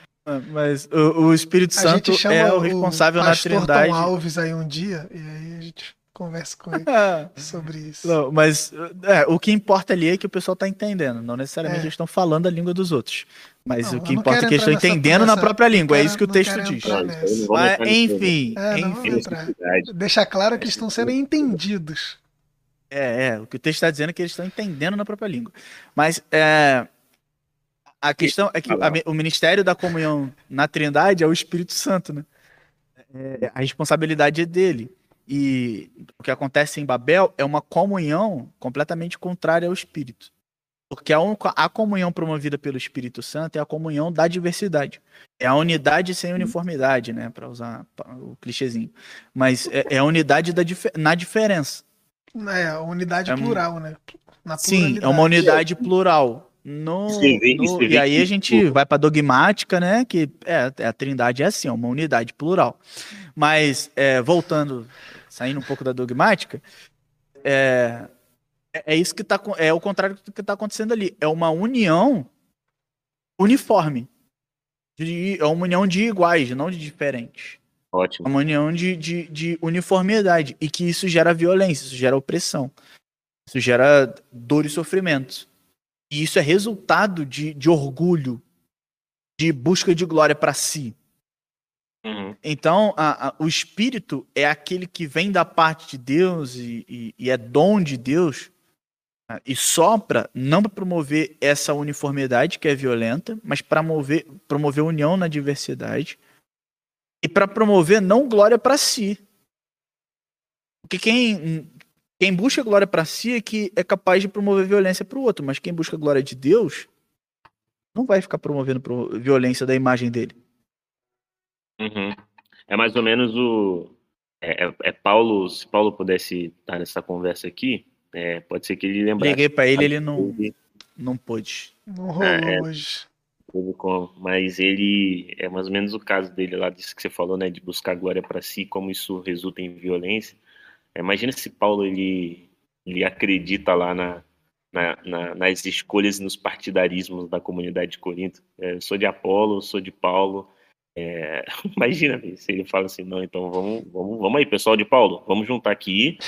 mas o, o Espírito Santo é o responsável o na Trindade. Tom Alves aí um dia, e aí a gente conversa com ele sobre isso. Não, mas é, o que importa ali é que o pessoal está entendendo. Não necessariamente é. eles estão falando a língua dos outros. Mas não, o que importa é que eles estão entendendo nessa, na própria língua. Quero, é isso que o texto diz. Mas, enfim, é, enfim. Deixa claro que estão sendo entendidos. É, é, o que o texto está dizendo é que eles estão entendendo na própria língua. Mas é, a questão é que a, o ministério da comunhão na Trindade é o Espírito Santo, né? É, a responsabilidade é dele. E o que acontece em Babel é uma comunhão completamente contrária ao Espírito. Porque a, un, a comunhão promovida pelo Espírito Santo é a comunhão da diversidade. É a unidade sem uniformidade, né? Para usar o clichêzinho. Mas é, é a unidade da, na diferença. É, a unidade é, plural, né? Na sim, é uma unidade plural. No, vê, no, e aí a gente vai para dogmática, né? Que é, a Trindade é assim, é uma unidade plural. Mas, é, voltando, saindo um pouco da dogmática, é, é isso que tá, é o contrário do que está acontecendo ali. É uma união uniforme. De, é uma união de iguais, não de diferentes. Ótimo. É uma união de, de, de uniformidade. E que isso gera violência, isso gera opressão. Isso gera dor e sofrimento. E isso é resultado de, de orgulho, de busca de glória para si. Uhum. Então, a, a, o Espírito é aquele que vem da parte de Deus e, e, e é dom de Deus, né, e sopra não para promover essa uniformidade que é violenta, mas para promover, promover união na diversidade e para promover não glória para si, Porque quem, quem busca glória para si é que é capaz de promover violência para o outro, mas quem busca glória de Deus não vai ficar promovendo pro- violência da imagem dele. Uhum. É mais ou menos o. É, é- é Paulo, se Paulo pudesse estar nessa conversa aqui, é, pode ser que ele lembrasse. Liguei para ele, ele não, não pôde. Não É, rolou é, hoje. teve como, mas ele é mais ou menos o caso dele lá, disso que você falou, né, de buscar glória para si, como isso resulta em violência. É, imagina se Paulo ele, ele acredita lá na, na, na- nas escolhas e nos partidarismos da comunidade de Corinto. É, eu sou de Apolo, eu sou de Paulo. É, imagina velho, se ele fala assim, não, então vamos, vamos, vamos aí, pessoal de Paulo, vamos juntar aqui,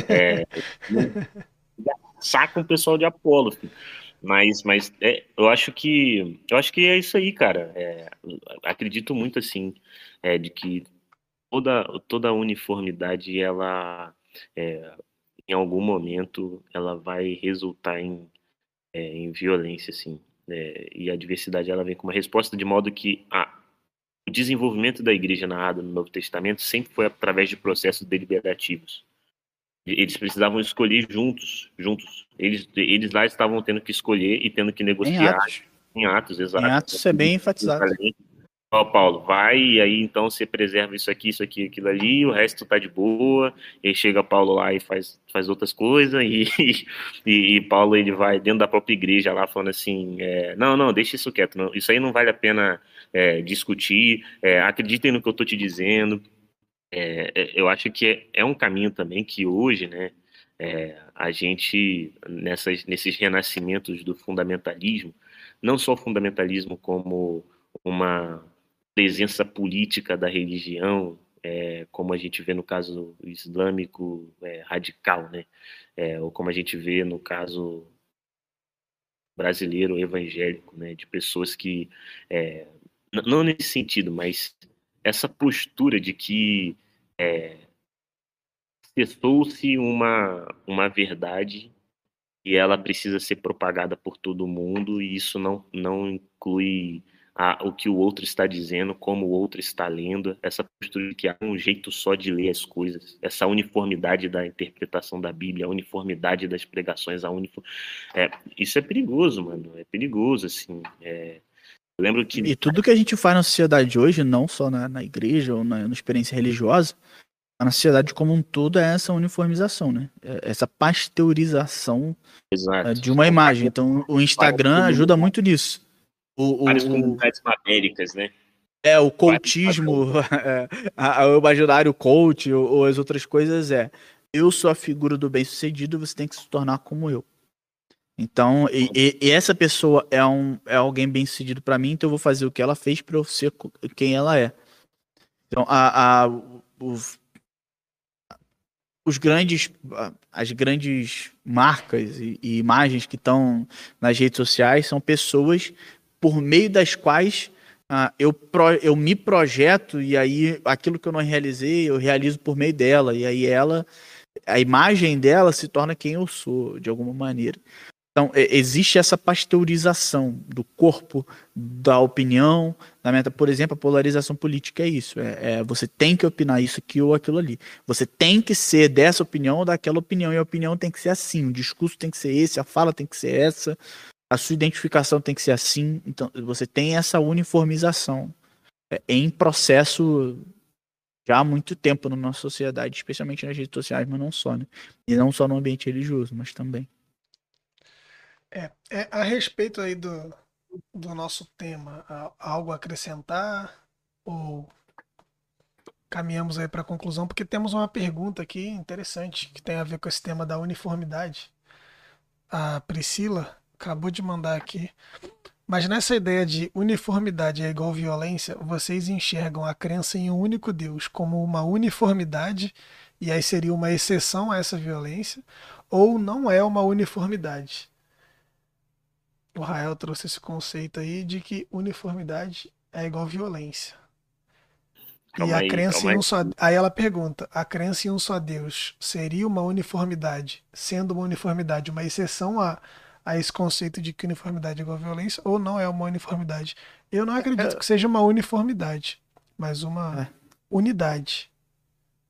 saca o pessoal de Apolo, filho. Mas, mas é, eu acho que eu acho que é isso aí, cara. É, acredito muito assim, é, de que toda toda uniformidade ela é, em algum momento ela vai resultar em, é, em violência, assim. É, e a diversidade ela vem como uma resposta de modo que a, o desenvolvimento da igreja narrado no Novo Testamento sempre foi através de processos deliberativos. Eles precisavam escolher juntos, juntos. Eles, eles lá estavam tendo que escolher e tendo que Em negociar Atos. em atos, Em exato. Atos isso é bem enfatizado. Ó, Paulo, vai e aí então você preserva isso aqui, isso aqui, aquilo ali, o resto tá de boa. E aí chega Paulo lá e faz, faz outras coisas e, e, e Paulo ele vai dentro da própria igreja lá falando assim, é, não, não, deixa isso quieto, não, isso aí não vale a pena é, discutir, é, acreditem no que eu tô te dizendo. É, é, eu acho que é, é um caminho também que hoje, né, é, a gente, nessas, nesses renascimentos do fundamentalismo, não só o fundamentalismo como uma presença política da religião, é, como a gente vê no caso islâmico é, radical, né, é, ou como a gente vê no caso brasileiro evangélico, né, de pessoas que, é, n- não nesse sentido, mas essa postura de que é, testou-se uma, uma verdade e ela precisa ser propagada por todo mundo, e isso não, não inclui a, o que o outro está dizendo, como o outro está lendo, essa postura de que há um jeito só de ler as coisas, essa uniformidade da interpretação da Bíblia, a uniformidade das pregações, a uniform... é, isso é perigoso, mano, é perigoso, assim, é, eu lembro que... E tudo que a gente faz na sociedade hoje, não só na, na igreja ou na, na experiência religiosa, na sociedade como um todo é essa uniformização, né? É essa pasteurização é, Exato, de uma são imagem. várias, Então, o várias Instagram ajuda comunidades, muito nisso. O, várias o, o- comunidades mavéricas, né? é o Vários coachismo, padrões. é, a- a- o imaginário coach ou, ou as outras coisas é: eu sou a figura do bem-sucedido, você tem que se tornar como eu. Então, e, e- e essa pessoa é, um, é alguém bem-sucedido para mim, então eu vou fazer o que ela fez para eu ser co- quem ela é. Então, a, a, o- os grandes, as grandes marcas e, e imagens que estão nas redes sociais são pessoas por meio das quais ah, eu, pro, eu me projeto e aí aquilo que eu não realizei eu realizo por meio dela e aí ela, a imagem dela se torna quem eu sou de alguma maneira. Então, existe essa pasteurização do corpo, da opinião, da meta. Por exemplo, a polarização política é isso. É, é, você tem que opinar isso aqui ou aquilo ali. Você tem que ser dessa opinião ou daquela opinião. E a opinião tem que ser assim. O discurso tem que ser esse, a fala tem que ser essa, a sua identificação tem que ser assim. Então, você tem essa uniformização é, em processo já há muito tempo na nossa sociedade, especialmente nas redes sociais, mas não só, né? E não só no ambiente religioso, mas também. É, é, a respeito aí do, do nosso tema, há algo a acrescentar ou caminhamos aí para a conclusão? Porque temos uma pergunta aqui interessante que tem a ver com esse tema da uniformidade. A Priscila acabou de mandar aqui. Mas nessa ideia de uniformidade é igual violência, vocês enxergam a crença em um único Deus como uma uniformidade e aí seria uma exceção a essa violência, ou não é uma uniformidade? O Rael trouxe esse conceito aí de que uniformidade é igual violência. E Calma a aí, crença calma em aí. um só. Aí ela pergunta: a crença em um só Deus seria uma uniformidade, sendo uma uniformidade uma exceção a, a esse conceito de que uniformidade é igual a violência, ou não é uma uniformidade? Eu não acredito É, que seja uma uniformidade, mas uma é. unidade.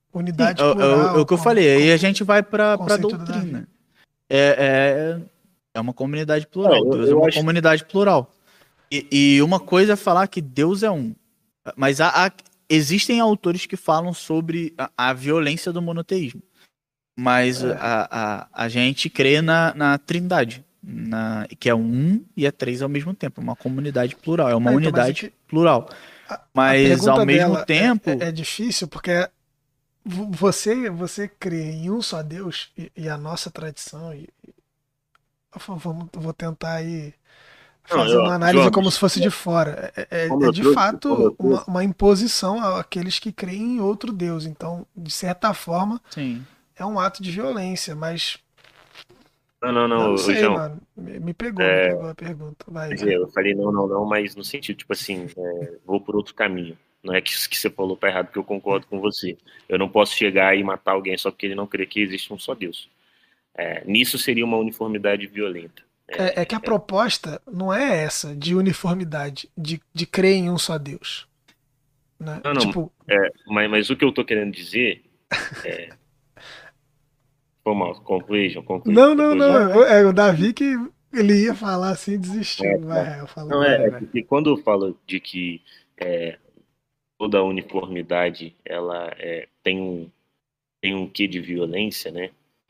Unidade é, é, plural. é o que eu como- falei, aí a como gente vai pra, pra conceito do doutrina. É, é, é uma comunidade É, plural. eu, Deus é eu uma acho. comunidade plural. E, e uma coisa é falar que Deus é um. Mas há, há- existem autores que falam sobre a, a violência do monoteísmo. Mas É. a, a, a gente crê na, na trindade. Na, que é um e é três ao mesmo tempo. É uma comunidade plural. É uma Ah, então, mas é unidade que plural. a, a Mas ao pergunta mesmo dela é, tempo. é, é difícil porque vo- você você crê em um só Deus e, e a nossa tradição e, v- vamos, vou tentar aí Não, fazer eu, uma análise como se Jonas, fosse de fora. É, é- como é eu de trouxe, como eu fato uma, trouxe. uma imposição àqueles que creem em outro Deus. Então, de certa forma, Sim. é um ato de violência, mas Não, não, eu não, não ô, sei, João. mano. Me, me pegou, me É, pegou a pergunta. Vai, quer vai. dizer, eu falei não, não, não, mas no sentido, tipo assim, é, vou por outro caminho. Não é que isso que você falou tá errado, porque eu concordo com você. Eu não posso chegar e matar alguém só porque ele não crê que existe um só Deus. É, nisso seria uma uniformidade violenta. É, é que a proposta não é essa de uniformidade, de, de crer em um só Deus, né? Não, não, Tipo, é, mas, mas o que eu tô querendo dizer, foi mal, conclui, João, conclui. não, não, Depois não. eu. Vai, vai. É o Davi que ele ia falar assim e É, desistiu. tá. Vai, eu falo Não, agora. é, Vai, é vai. porque quando eu falo de que é, toda uniformidade ela é, tem um tem um quê de violência, né?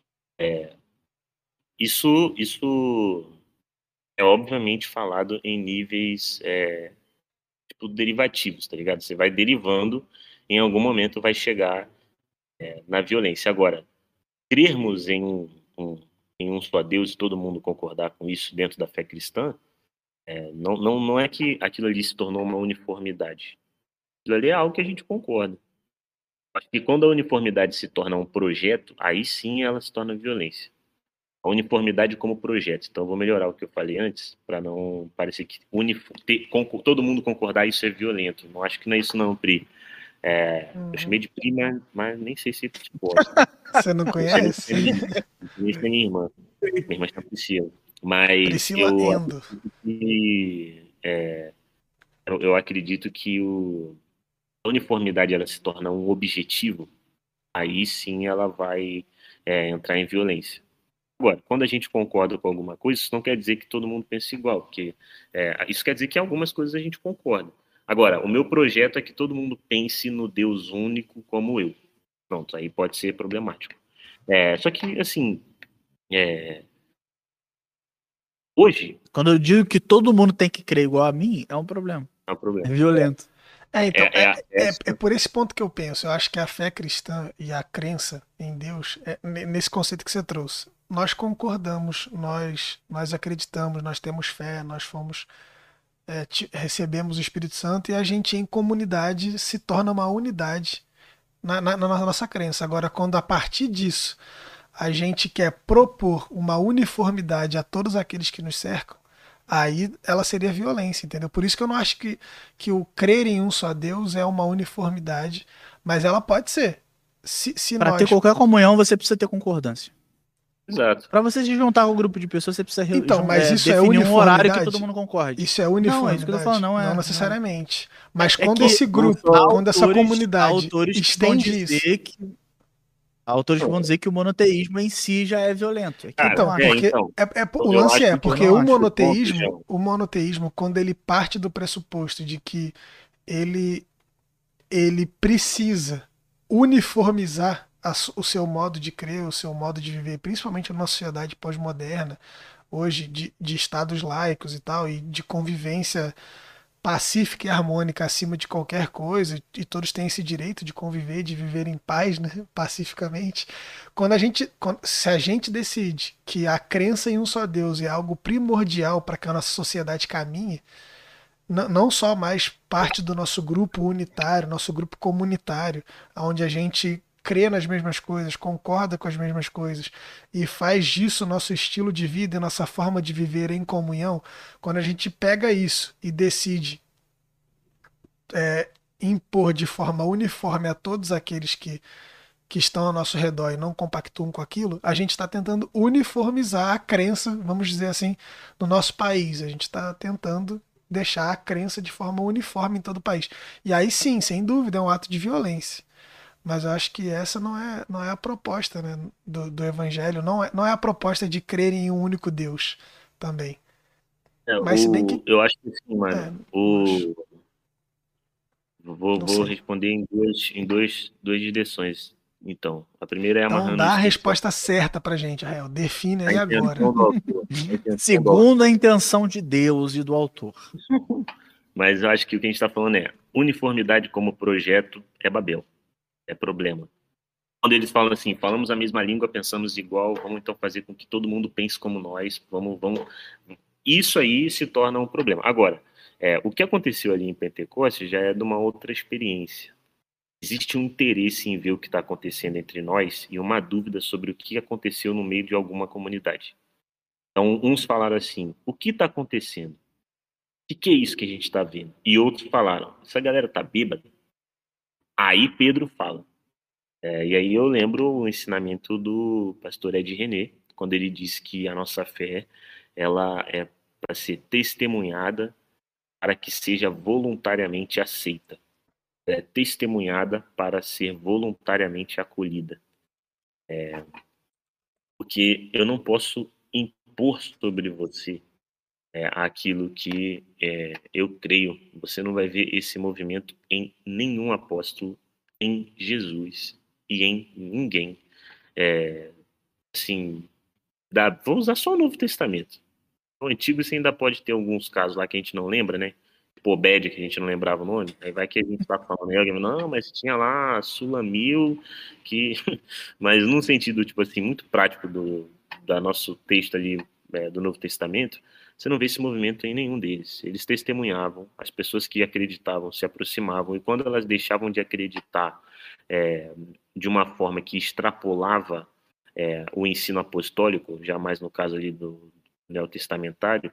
Isso isso é obviamente falado em níveis é, tipo derivativos, tá ligado? Você vai derivando, em algum momento vai chegar é, na violência. Agora, crermos em um, um- em um só Deus e todo mundo concordar com isso dentro da fé cristã, é, não, não, não é que aquilo ali se tornou uma uniformidade. Aquilo ali é algo que a gente concorda. Acho que quando a uniformidade se torna um projeto, aí sim ela se torna violência. A uniformidade como projeto. Então, eu vou melhorar o que eu falei antes, para não parecer que unif- ter- concor- todo mundo concordar isso é violento. Não acho que não é isso não, Pri. É, eu chamei Uhum. de Pri, mas, mas nem sei se te gosta. Você não Eu chamei conhece? de minha, minha minha irmã. Minha irmã chama Priscila. Mas Priscila eu Endo. acredito que, é, eu, eu acredito que o, a uniformidade ela se torna um objetivo, aí sim ela vai é, entrar em violência. Agora, quando a gente concorda com alguma coisa, isso não quer dizer que todo mundo pense igual, porque é, isso quer dizer que algumas coisas a gente concorda. Agora, o meu projeto é que todo mundo pense no Deus único como eu. Pronto, aí pode ser problemático. É, só que, assim, é, hoje Quando eu digo que todo mundo tem que crer igual a mim, é um problema. é um É problema. violento. É, então, É, é, é, é é, essa, é por esse ponto que eu penso. Eu acho que a fé cristã e a crença em Deus é ne- nesse conceito que você trouxe. Nós concordamos, nós, nós acreditamos, nós temos fé, nós fomos, é, ti- recebemos o Espírito Santo e a gente em comunidade se torna uma unidade na, na, na nossa crença. Agora, quando a partir disso a gente quer propor uma uniformidade a todos aqueles que nos cercam, aí ela seria violência, entendeu? Por isso que eu não acho que, que o crer em um só Deus é uma uniformidade, mas ela pode ser. Se, se Para ter nós. qualquer comunhão, você precisa ter concordância. exato. Para você se juntar com um grupo de pessoas, você precisa re- Então, jun- mas é, isso é definir um horário que todo uniformidade? mundo concorde. Isso é Não, é isso que eu tô falando, uniformidade? não Não é. Não é. necessariamente. Mas É quando que esse Não grupo, só quando essa autores, comunidade autores que vão estende isso. dizer que autores que vão não, dizer que o monoteísmo em si já é violento. É que eu cara, não Então, acho. é, porque então, é, é- eu, o eu lance acho é, que Eu porque não o acho. o ponto, monoteísmo, João, o monoteísmo, quando ele parte do pressuposto de que ele, ele precisa uniformizar a su- o seu modo de crer, o seu modo de viver, principalmente numa sociedade pós-moderna, hoje de, de estados laicos e tal, e de convivência pacífica e harmônica acima de qualquer coisa, e todos têm esse direito de conviver, de viver em paz, né, pacificamente. Quando a gente, quando- se a gente decide que a crença em um só Deus é algo primordial para que a nossa sociedade caminhe, n- não só mais parte do nosso grupo unitário, nosso grupo comunitário, onde a gente crê nas mesmas coisas, concorda com as mesmas coisas e faz disso nosso estilo de vida e nossa forma de viver em comunhão, quando a gente pega isso e decide impor de forma uniforme a todos aqueles que, que estão ao nosso redor e não compactuam com aquilo, a gente está tentando uniformizar a crença, vamos dizer assim, no nosso país. A gente está tentando deixar a crença de forma uniforme em todo o país. E aí sim, sem dúvida, é um ato de violência. Mas eu acho que essa não é, não é a proposta, né, do, do evangelho. Não é, não é a proposta de crer em um único Deus também. É, Mas se bem que. o, eu acho que sim, É, mano. não acho. O, vou, Não vou sei. responder em duas, em dois, duas direções. Então, a primeira é Então amarrando dá a isso que a gente está resposta certa pra gente, Rael. Define a aí agora. intenção do autor. A intenção do autor. Segundo a intenção de Deus e do autor. Mas eu acho que o que a gente está falando é uniformidade como projeto é Babel, é problema. Quando eles falam assim, falamos a mesma língua, pensamos igual, vamos então fazer com que todo mundo pense como nós, vamos, vamos. Isso aí se torna um problema. Agora, é, o que aconteceu ali em Pentecostes já é de uma outra experiência. Existe um interesse em ver o que está acontecendo entre nós e uma dúvida sobre o que aconteceu no meio de alguma comunidade. Então, uns falaram assim: o que está acontecendo? O que, que é isso que a gente está vendo? E outros falaram: essa galera tá bêbada. Aí Pedro fala. É, e aí eu lembro o ensinamento do pastor Ed René, quando ele disse que a nossa fé ela é para ser testemunhada, para que seja voluntariamente aceita. É testemunhada para ser voluntariamente acolhida. Porque eu não posso impor sobre você é, aquilo que é, eu creio. Você não vai ver esse movimento em nenhum apóstolo, em Jesus e em ninguém. É, assim, dá, vou usar só o Novo Testamento. No Antigo você ainda pode ter alguns casos lá que a gente não lembra, né? Tipo Obed, que a gente não lembrava o nome. Aí vai que a gente tá falando, aí alguém fala, não, mas tinha lá a Sulamil, que... mas num sentido, tipo assim, muito prático do, do nosso texto ali, é, do Novo Testamento, você não vê esse movimento em nenhum deles. Eles testemunhavam, as pessoas que acreditavam se aproximavam, e quando elas deixavam de acreditar é, de uma forma que extrapolava é, o ensino apostólico, jamais no caso ali do neotestamentário,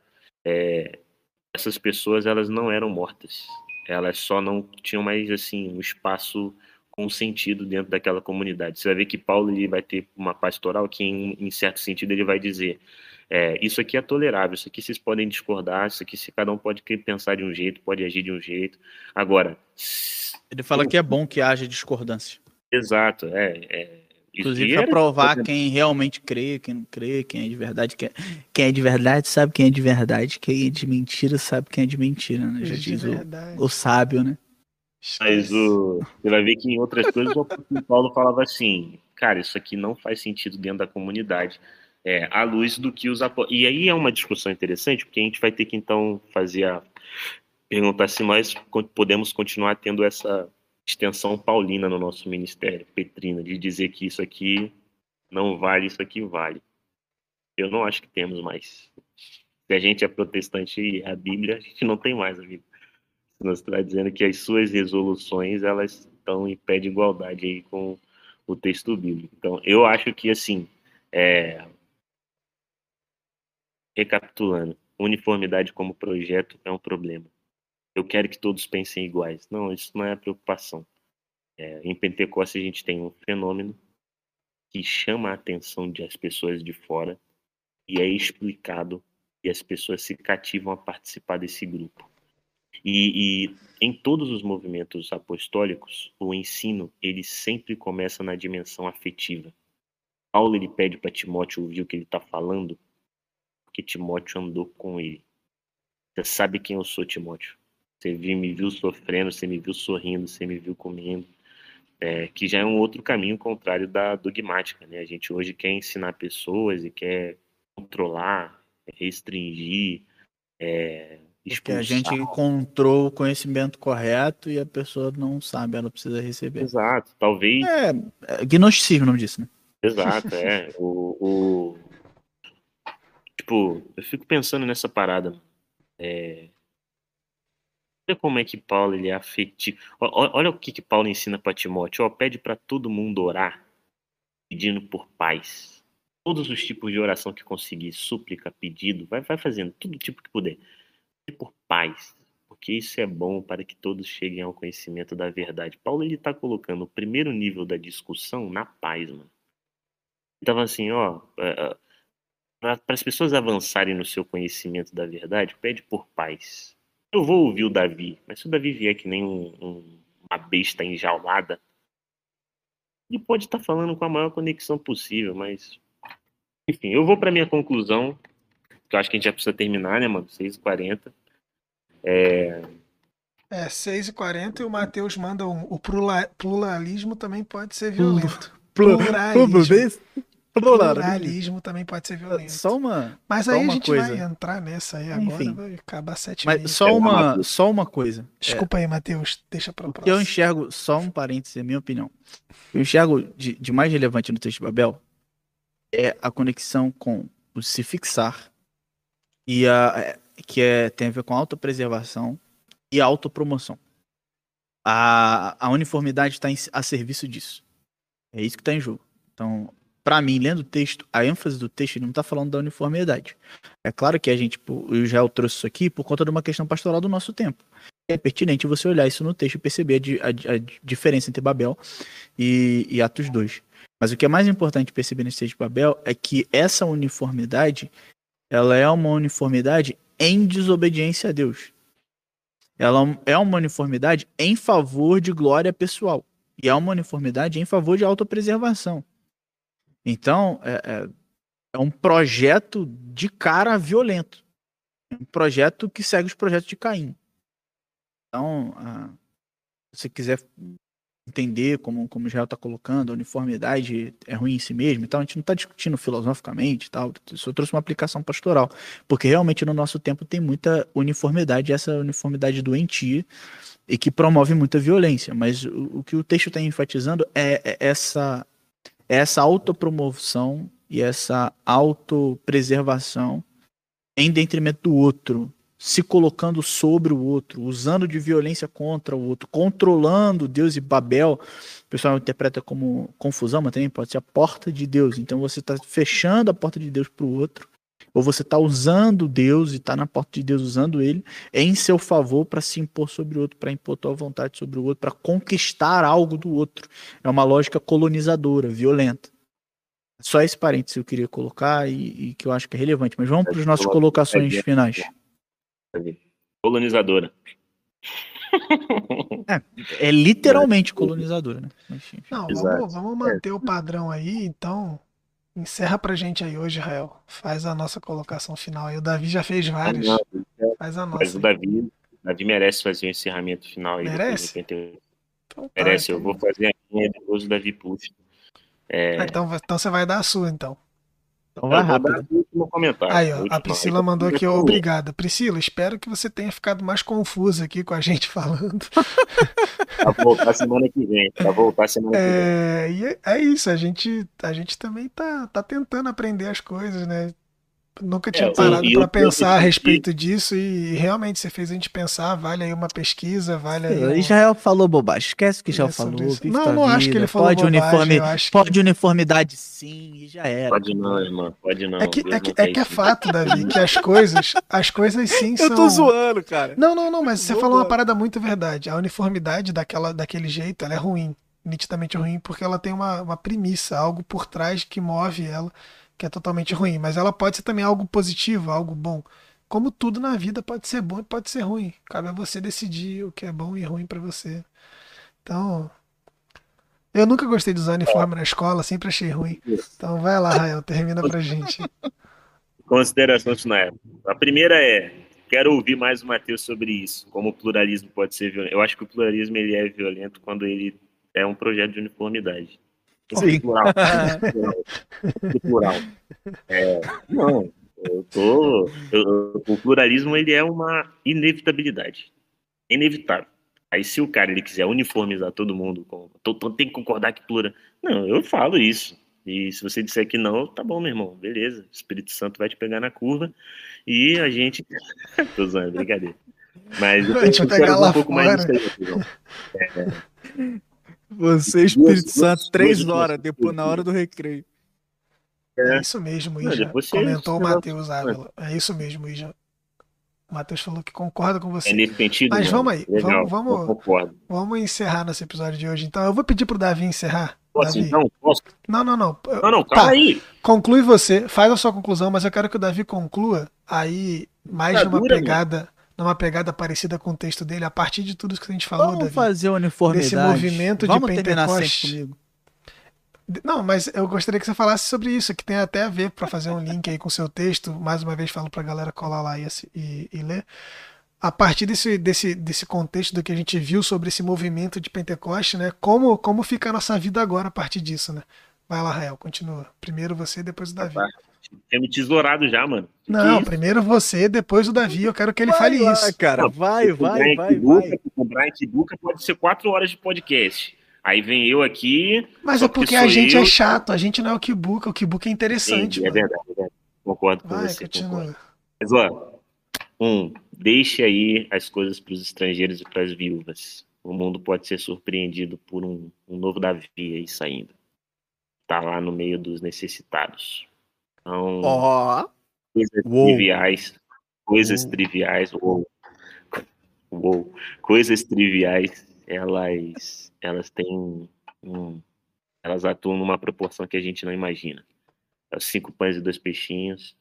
é, essas pessoas elas não eram mortas, elas só não tinham mais assim um espaço com sentido dentro daquela comunidade. Você vai ver que Paulo ele vai ter uma pastoral que em, em certo sentido ele vai dizer é, isso aqui é tolerável, isso aqui vocês podem discordar, isso aqui se cada um pode pensar de um jeito, pode agir de um jeito. Agora, Ele fala que é bom que haja discordância. exato, é, é Inclusive e para era, provar quem realmente crê, quem não crê, quem é de verdade, quem é, quem é de verdade sabe quem é de verdade, quem é de mentira sabe quem é de mentira, né? Já Os de diz o, o verdade. sábio, né? mas Esquece. o, você vai ver que em outras coisas o apóstolo Paulo falava assim, cara, isso aqui não faz sentido dentro da comunidade, é, à luz do que os apóstolos... E aí é uma discussão interessante, porque a gente vai ter que então fazer a perguntar se nós podemos continuar tendo essa extensão paulina no nosso ministério, Petrina, de dizer que isso aqui não vale, isso aqui vale. Eu não acho que temos mais. Se a gente é protestante e é a Bíblia, a gente não tem mais, amigo. Nós está dizendo que as suas resoluções elas estão em pé de igualdade aí com o texto bíblico. Então, eu acho que, assim, é... recapitulando, uniformidade como projeto é um problema. Eu quero que todos pensem iguais. Não, isso não é a preocupação. É, em Pentecostes a gente tem um fenômeno que chama a atenção das pessoas de fora e é explicado e as pessoas se cativam a participar desse grupo. E, e em todos os movimentos apostólicos, o ensino ele sempre começa na dimensão afetiva. Paulo ele pede para Timóteo ouvir o que ele está falando, porque Timóteo andou com ele. Você sabe quem eu sou, Timóteo? Você me viu sofrendo, você me viu sorrindo, você me viu comendo. É, que já é um outro caminho contrário da dogmática, né? A gente hoje quer ensinar pessoas e quer controlar, restringir, é, Porque a expulsar. gente encontrou o conhecimento correto e a pessoa não sabe, ela precisa receber. Exato, talvez. É, é gnosticismo o nome disso, né? Exato, é. O, o, tipo, eu fico pensando nessa parada. É, olha como é que Paulo ele é afetivo. Olha, olha o que, que Paulo ensina para Timóteo. Ó, pede para todo mundo orar, pedindo por paz. Todos os tipos de oração que conseguir, súplica, pedido, vai, vai fazendo todo tipo que puder. Pede por paz, porque isso é bom para que todos cheguem ao conhecimento da verdade. Paulo ele está colocando o primeiro nível da discussão na paz, mano. Ele tava assim, ó, para as pessoas avançarem no seu conhecimento da verdade, pede por paz. Eu vou ouvir o Davi, mas se o Davi vier que nem um, um, uma besta enjaulada, ele pode estar falando com a maior conexão possível, mas... Enfim, eu vou para minha conclusão, que eu acho que a gente já precisa terminar, né, mano? seis e quarenta. É... É, seis e quarenta e o Matheus manda um, o plura- pluralismo também pode ser violento. Pluralismo. Pluralismo também pode ser violento. Só uma, Mas só aí a uma gente coisa. vai entrar nessa aí Enfim. agora, vai acabar sete e Mas meia. só uma, só uma coisa. Desculpa aí, Matheus, deixa pra O que eu próxima. enxergo, só um parênteses, é a minha opinião. Eu enxergo de, de mais relevante no texto de Babel é a conexão com o se fixar, e a, é, que é, tem a ver com autopreservação e autopromoção. A, a uniformidade está a serviço disso. É isso que está em jogo. Então, para mim, lendo o texto, a ênfase do texto ele não está falando da uniformidade. É claro que a gente, tipo, o Israel trouxe isso aqui por conta de uma questão pastoral do nosso tempo. É pertinente você olhar isso no texto e perceber a, a, a diferença entre Babel e, e Atos dois. Mas o que é mais importante perceber nesse texto de Babel é que essa uniformidade, ela é uma uniformidade em desobediência a Deus. Ela é uma uniformidade em favor de glória pessoal. E é uma uniformidade em favor de autopreservação. Então, é, é, é um projeto de cara violento. É um projeto que segue os projetos de Caim. Então, ah, se você quiser entender como, como o Israel está colocando, a uniformidade é ruim em si mesmo, então a gente não está discutindo filosoficamente e tal, só trouxe uma aplicação pastoral, porque realmente no nosso tempo tem muita uniformidade, essa uniformidade doentia, e que promove muita violência, mas o, o que o texto está enfatizando é, é essa, é essa autopromoção e essa autopreservação em detrimento do outro, se colocando sobre o outro, usando de violência contra o outro, controlando Deus. E Babel, o pessoal interpreta como confusão, mas também pode ser a porta de Deus. Então você está fechando a porta de Deus para o outro, ou você está usando Deus e está na porta de Deus usando ele em seu favor para se impor sobre o outro, para impor tua vontade sobre o outro, para conquistar algo do outro. É uma lógica colonizadora, violenta. Só esse parênteses eu queria colocar e, e que eu acho que é relevante. Mas vamos para as nossas colocações finais. Colonizadora. É, é literalmente colonizadora, né? Enfim. Não, vamos, vamos manter o padrão aí, então encerra pra gente aí hoje, Israel. Faz a nossa colocação final aí. O Davi já fez várias. Ah, não, Faz a nossa. Mas o Davi, o Davi merece fazer o encerramento final aí. Merece? Então, tá, merece, então... eu vou fazer a minha depois o Davi puxa. É... Ah, então, então você vai dar a sua, então. Então vai rápido. Último comentário. Aí, ó, último, a Priscila aí, mandou aqui, ó, obrigada. Priscila, espero que você tenha ficado mais confusa aqui com a gente falando. Pra voltar semana que vem. Pra voltar semana é, que vem. E é, é isso, a gente, a gente também tá, tá tentando aprender as coisas, né? Nunca tinha É, parado e para eu- pensar a eu- respeito disso e realmente você fez a gente pensar, vale aí uma pesquisa, vale aí um... Israel falou bobagem. Esquece o que Israel É sobre falou. isso. Vive Não, tua não acho que vida. ele falou pode bobagem, uniforme, eu acho que- pode uniformidade sim e já era. Pode não, irmão. Pode não. É que, Deus é, que, não quer é que é isso. fato, Davi, que as coisas, as coisas sim são... Eu tô zoando, cara. Não, não, não, mas você Vou falou uma embora. parada muito verdade. A uniformidade daquela, daquele jeito, ela é ruim, nitidamente ruim, porque ela tem uma, uma premissa, algo por trás que move ela, que é totalmente ruim. Mas ela pode ser também algo positivo, algo bom. Como tudo na vida pode ser bom e pode ser ruim. Cabe a você decidir o que é bom e ruim pra você. Então, eu nunca gostei de usar uniforme na escola, sempre achei ruim. Então vai lá, Rael, termina pra gente. Considerações finais. A primeira é, quero ouvir mais o Matheus sobre isso, como o pluralismo pode ser violento. Eu acho que o pluralismo ele é violento quando ele é um projeto de uniformidade. Sim. Plural. Plural. Plural. É, não, eu tô. eu- o pluralismo ele é uma inevitabilidade. É inevitável. Aí se o cara ele quiser uniformizar todo mundo, com, to- to- tem que concordar que plura. Não, eu falo isso. E se você disser que não, tá bom, meu irmão, beleza. O Espírito Santo vai te pegar na curva e a gente. Tô zoando, brincadeira. Mas eu, Vai te eu pegar quero lá um pouco mais fora. disso aí, João. Você, Espírito Duas- Santo, duas- três duas- horas depois, na hora do recreio. É isso mesmo, Não, Ija. depois você- Comentou o você- Matheus Ávila. É isso mesmo, Ija. O Matheus falou que concorda com você. É nesse sentido? Mas não? vamos aí, Legal, vamos- vamos- eu concordo. Vamos encerrar nosso episódio de hoje, então. Eu vou pedir pro Davi encerrar. Posso Davi. então? Posso? Não, não, não. Não, não, calma Tá. aí. Conclui você, faz a sua conclusão, mas eu quero que o Davi conclua aí mais Tá numa dura, pegada, numa pegada parecida com o texto dele, a partir de tudo isso que a gente falou, Vamos Davi. fazer uniformidade. Desse movimento de Vamos terminar Pentecoste. sempre comigo. Não, mas eu gostaria que você falasse sobre isso, que tem até a ver para fazer um link aí com o seu texto. Mais uma vez falo para a galera colar lá e, assi- e, e ler. A partir desse, desse, desse contexto do que a gente viu sobre esse movimento de Pentecoste, né? Como, como fica a nossa vida agora a partir disso, né? Vai lá, Rael, continua. Primeiro você, depois o Davi. Rapaz, tem me tesourado já, mano. Que que é Não, isso? primeiro você, depois o Davi. Eu quero que ele Vai fale lá, isso. cara. Não, Vai, se cobrar vai, em vai, Kibuca, vai. se cobrar em Kibuca pode ser quatro horas de podcast. Aí vem eu aqui, Mas só é porque porque a sou gente é eu. chato, a gente não é o Kibuka, o Kibuka é interessante, Entendi, é mano. verdade, é verdade. Concordo com Vai, você, concordo. continua. Mas, ó, um, deixe aí as coisas para os estrangeiros e para as viúvas. O mundo pode ser surpreendido por um, um novo Davi aí saindo. Tá lá no meio dos necessitados. Então, Ó. coisas Uou. triviais, coisas Uou. triviais, uou, uou, coisas triviais, elas, elas têm um, elas atuam numa proporção que a gente não imagina. Os cinco pães e dois peixinhos,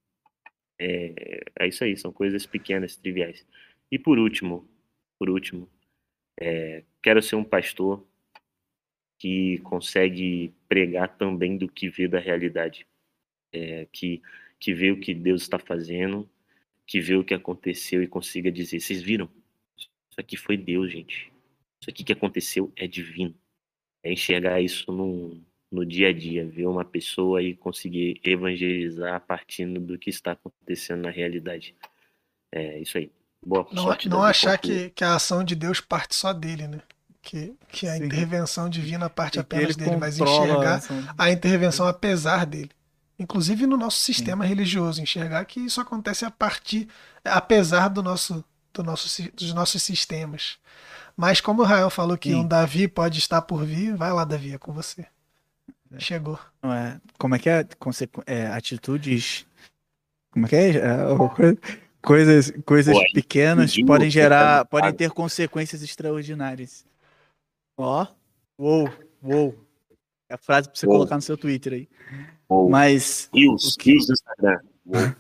é, é isso aí, são coisas pequenas, triviais. E por último, por último, é, quero ser um pastor que consegue pregar também do que vê da realidade, é, que, que vê o que Deus está fazendo, que vê o que aconteceu e consiga dizer, vocês viram? Isso aqui foi Deus, gente. Isso aqui que aconteceu é divino. É enxergar isso no, no dia a dia, ver uma pessoa e conseguir evangelizar partindo do que está acontecendo na realidade. É isso aí. Boa Não, sorte, não Davi. achar Conclua. que, que a ação de Deus parte só dele, né? Que, que a Sim. intervenção divina parte E que ele apenas dele, mas controla. enxergar a intervenção apesar dele. Inclusive no nosso sistema religioso, enxergar que isso acontece a partir, apesar do nosso, do nosso, si- dos nossos sistemas. Mas como o Rael falou que um Sim. Davi pode estar por vir, vai lá, Davi, é com você. Chegou. Não é, como é que é? Consequ- é, atitudes. Como é que é? É, o coi- Coisas, Pô, coisas aí, pequenas pediu, podem você tá gerar, podem ligado? ter consequências extraordinárias. Ó, uou, uou. É a frase pra você Uou, colocar no seu Twitter aí. uou. Mas o Rios, que, rios do Instagram. Uou.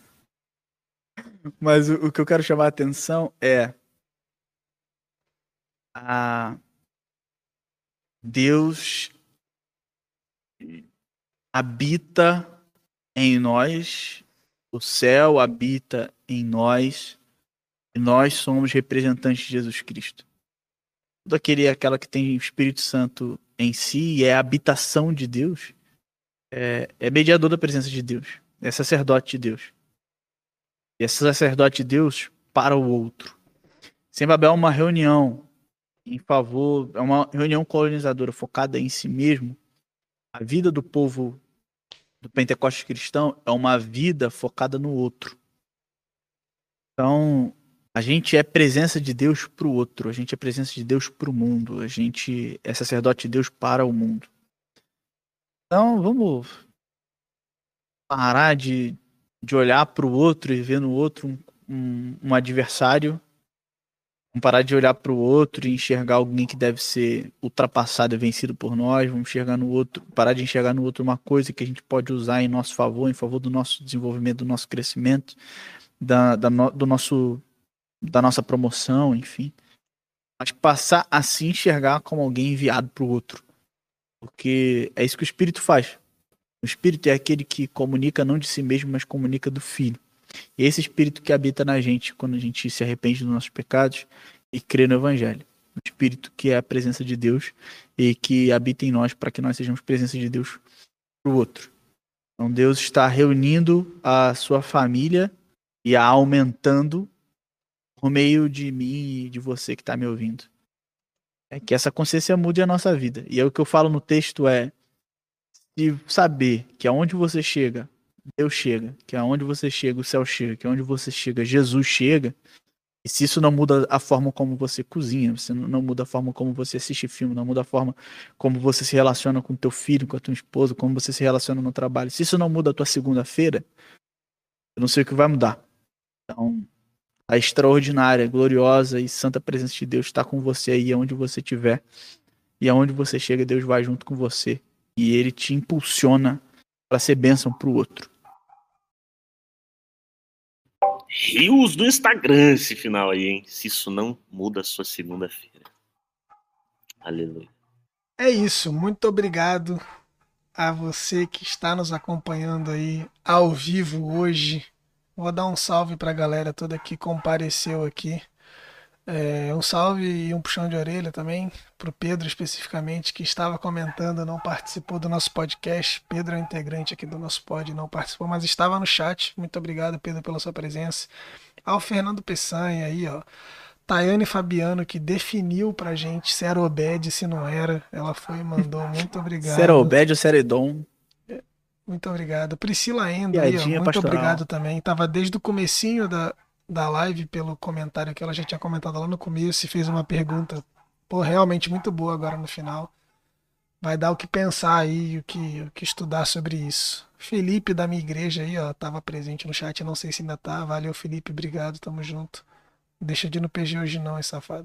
mas o, o que eu quero chamar a atenção é a Deus habita em nós, o céu habita em nós, e nós somos representantes de Jesus Cristo. Todo aquele aquela que tem o Espírito Santo em si e é a habitação de Deus, é, é mediador da presença de Deus, é sacerdote de Deus. E é sacerdote de Deus para o outro. Sempre haverá uma reunião em favor, é uma reunião colonizadora focada em si mesmo. A vida do povo do Pentecostes cristão é uma vida focada no outro. Então, a gente é presença de Deus para o outro, a gente é presença de Deus para o mundo, a gente é sacerdote de Deus para o mundo. Então, vamos parar de, de olhar para o outro e ver no outro um, um, um adversário. Vamos parar de olhar para o outro e enxergar alguém que deve ser ultrapassado e vencido por nós. Vamos enxergar no outro, parar de enxergar no outro uma coisa que a gente pode usar em nosso favor, em favor do nosso desenvolvimento, do nosso crescimento, da, da no, do nosso, da nossa promoção, enfim. Mas passar a se enxergar como alguém enviado para o outro. Porque é isso que o Espírito faz. O Espírito é aquele que comunica não de si mesmo, mas comunica do Filho. E esse Espírito que habita na gente quando a gente se arrepende dos nossos pecados e crê no Evangelho. O Espírito que é a presença de Deus e que habita em nós para que nós sejamos presença de Deus para o outro. Então Deus está reunindo a sua família e a aumentando por meio de mim e de você que está me ouvindo. É que essa consciência mude a nossa vida. E é o que eu falo no texto é se saber que aonde você chega, Deus chega, que aonde você chega, o céu chega, que aonde você chega, Jesus chega, e se isso não muda a forma como você cozinha, você não muda a forma como você assiste filme, não muda a forma como você se relaciona com teu filho, com a tua esposa, como você se relaciona no trabalho, se isso não muda a tua segunda-feira, eu não sei o que vai mudar. Então, a extraordinária, gloriosa e santa presença de Deus está com você aí, aonde você estiver, e aonde você chega, Deus vai junto com você, e Ele te impulsiona para ser bênção para o outro. Rios do Instagram esse final aí, hein? Se isso não muda a sua segunda-feira. Aleluia. É isso, muito obrigado a você que está nos acompanhando aí ao vivo hoje. Vou dar um salve para a galera toda que compareceu aqui. É, um salve e um puxão de orelha também para o Pedro especificamente, que estava comentando, não participou do nosso podcast. Pedro é um integrante aqui do nosso pod, não participou, mas estava no chat. Muito obrigado, Pedro, pela sua presença. Ao Fernando Peçanha aí, ó. Tayane Fabiano, que definiu pra gente se era Obed, se não era. Ela foi e mandou. Muito obrigado. Se era Obed ou se era Edom. Muito obrigado. Priscila Endo aí, ó. Piadinha Muito pastoral. obrigado também. Tava desde o comecinho da, da live, pelo comentário que ela já tinha comentado lá no começo e fez uma pergunta, pô, realmente muito boa agora no final. Vai dar o que pensar aí, o que, o que estudar sobre isso. Felipe da minha igreja aí, ó, tava presente no chat, não sei se ainda tá. Valeu, Felipe, obrigado, tamo junto. Deixa de ir no P G hoje não, hein, safado.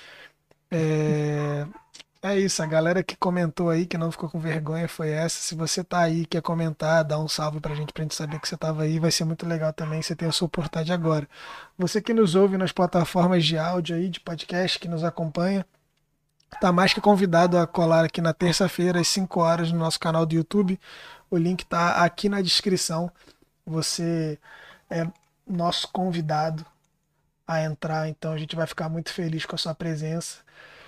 É... é isso, a galera que comentou aí, que não ficou com vergonha, foi essa. Se você tá aí, quer comentar, dá um salve pra gente, pra gente saber que você tava aí, vai ser muito legal também, você tem a sua oportunidade agora. Você que nos ouve nas plataformas de áudio aí, de podcast, que nos acompanha, tá mais que convidado a colar aqui na terça-feira, às cinco horas, no nosso canal do YouTube. O link tá aqui na descrição. Você é nosso convidado a entrar, então a gente vai ficar muito feliz com a sua presença.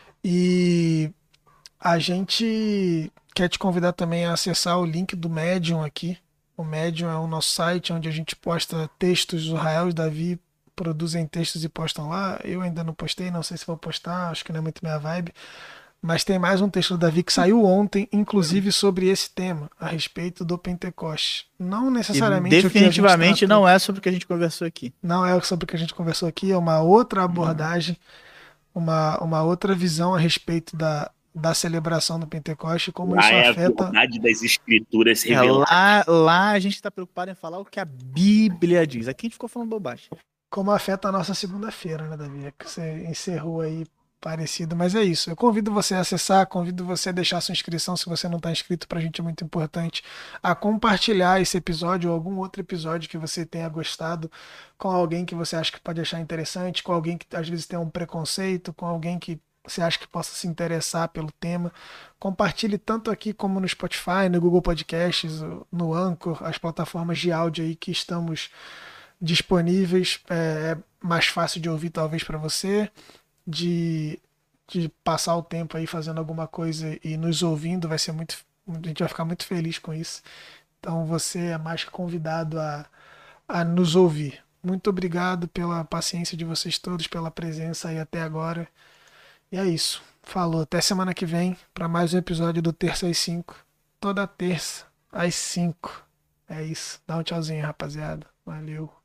E a gente quer te convidar também a acessar o link do Medium aqui. O Medium é o nosso site onde a gente posta textos. O Rael e o Davi produzem textos e postam lá. Eu ainda não postei, não sei se vou postar, acho que não é muito minha vibe. Mas tem mais um texto do Davi que saiu ontem, inclusive sobre esse tema, a respeito do Pentecoste. Não necessariamente E o que a gente definitivamente tratou. não é sobre o que a gente conversou aqui. Não é sobre o que a gente conversou aqui, é uma outra abordagem, uma, uma outra visão a respeito da, da celebração do Pentecoste, como Lá isso é a afeta. verdade das escrituras É, reveladas. lá, lá a gente está preocupado em falar o que a Bíblia diz. Aqui a gente ficou falando bobagem. Como afeta a nossa segunda-feira, né, Davi? É que você encerrou aí parecido, mas é isso. Eu convido você a acessar, convido você a deixar sua inscrição se você não está inscrito, pra gente é muito importante, a compartilhar esse episódio ou algum outro episódio que você tenha gostado com alguém que você acha que pode achar interessante, com alguém que às vezes tem um preconceito, com alguém que você acha que possa se interessar pelo tema. Compartilhe tanto aqui como no Spotify, no Google Podcasts, no Anchor, as plataformas de áudio aí que estamos disponíveis. É mais fácil de ouvir talvez para você, de, de passar o tempo aí fazendo alguma coisa e nos ouvindo, vai ser muito, a gente vai ficar muito feliz com isso. Então você é mais que convidado a, a nos ouvir. Muito obrigado pela paciência de vocês todos, pela presença aí até agora. E é isso. Falou. Até semana que vem para mais um episódio do Terça às cinco. Toda terça às cinco. É isso. Dá um tchauzinho, rapaziada. Valeu.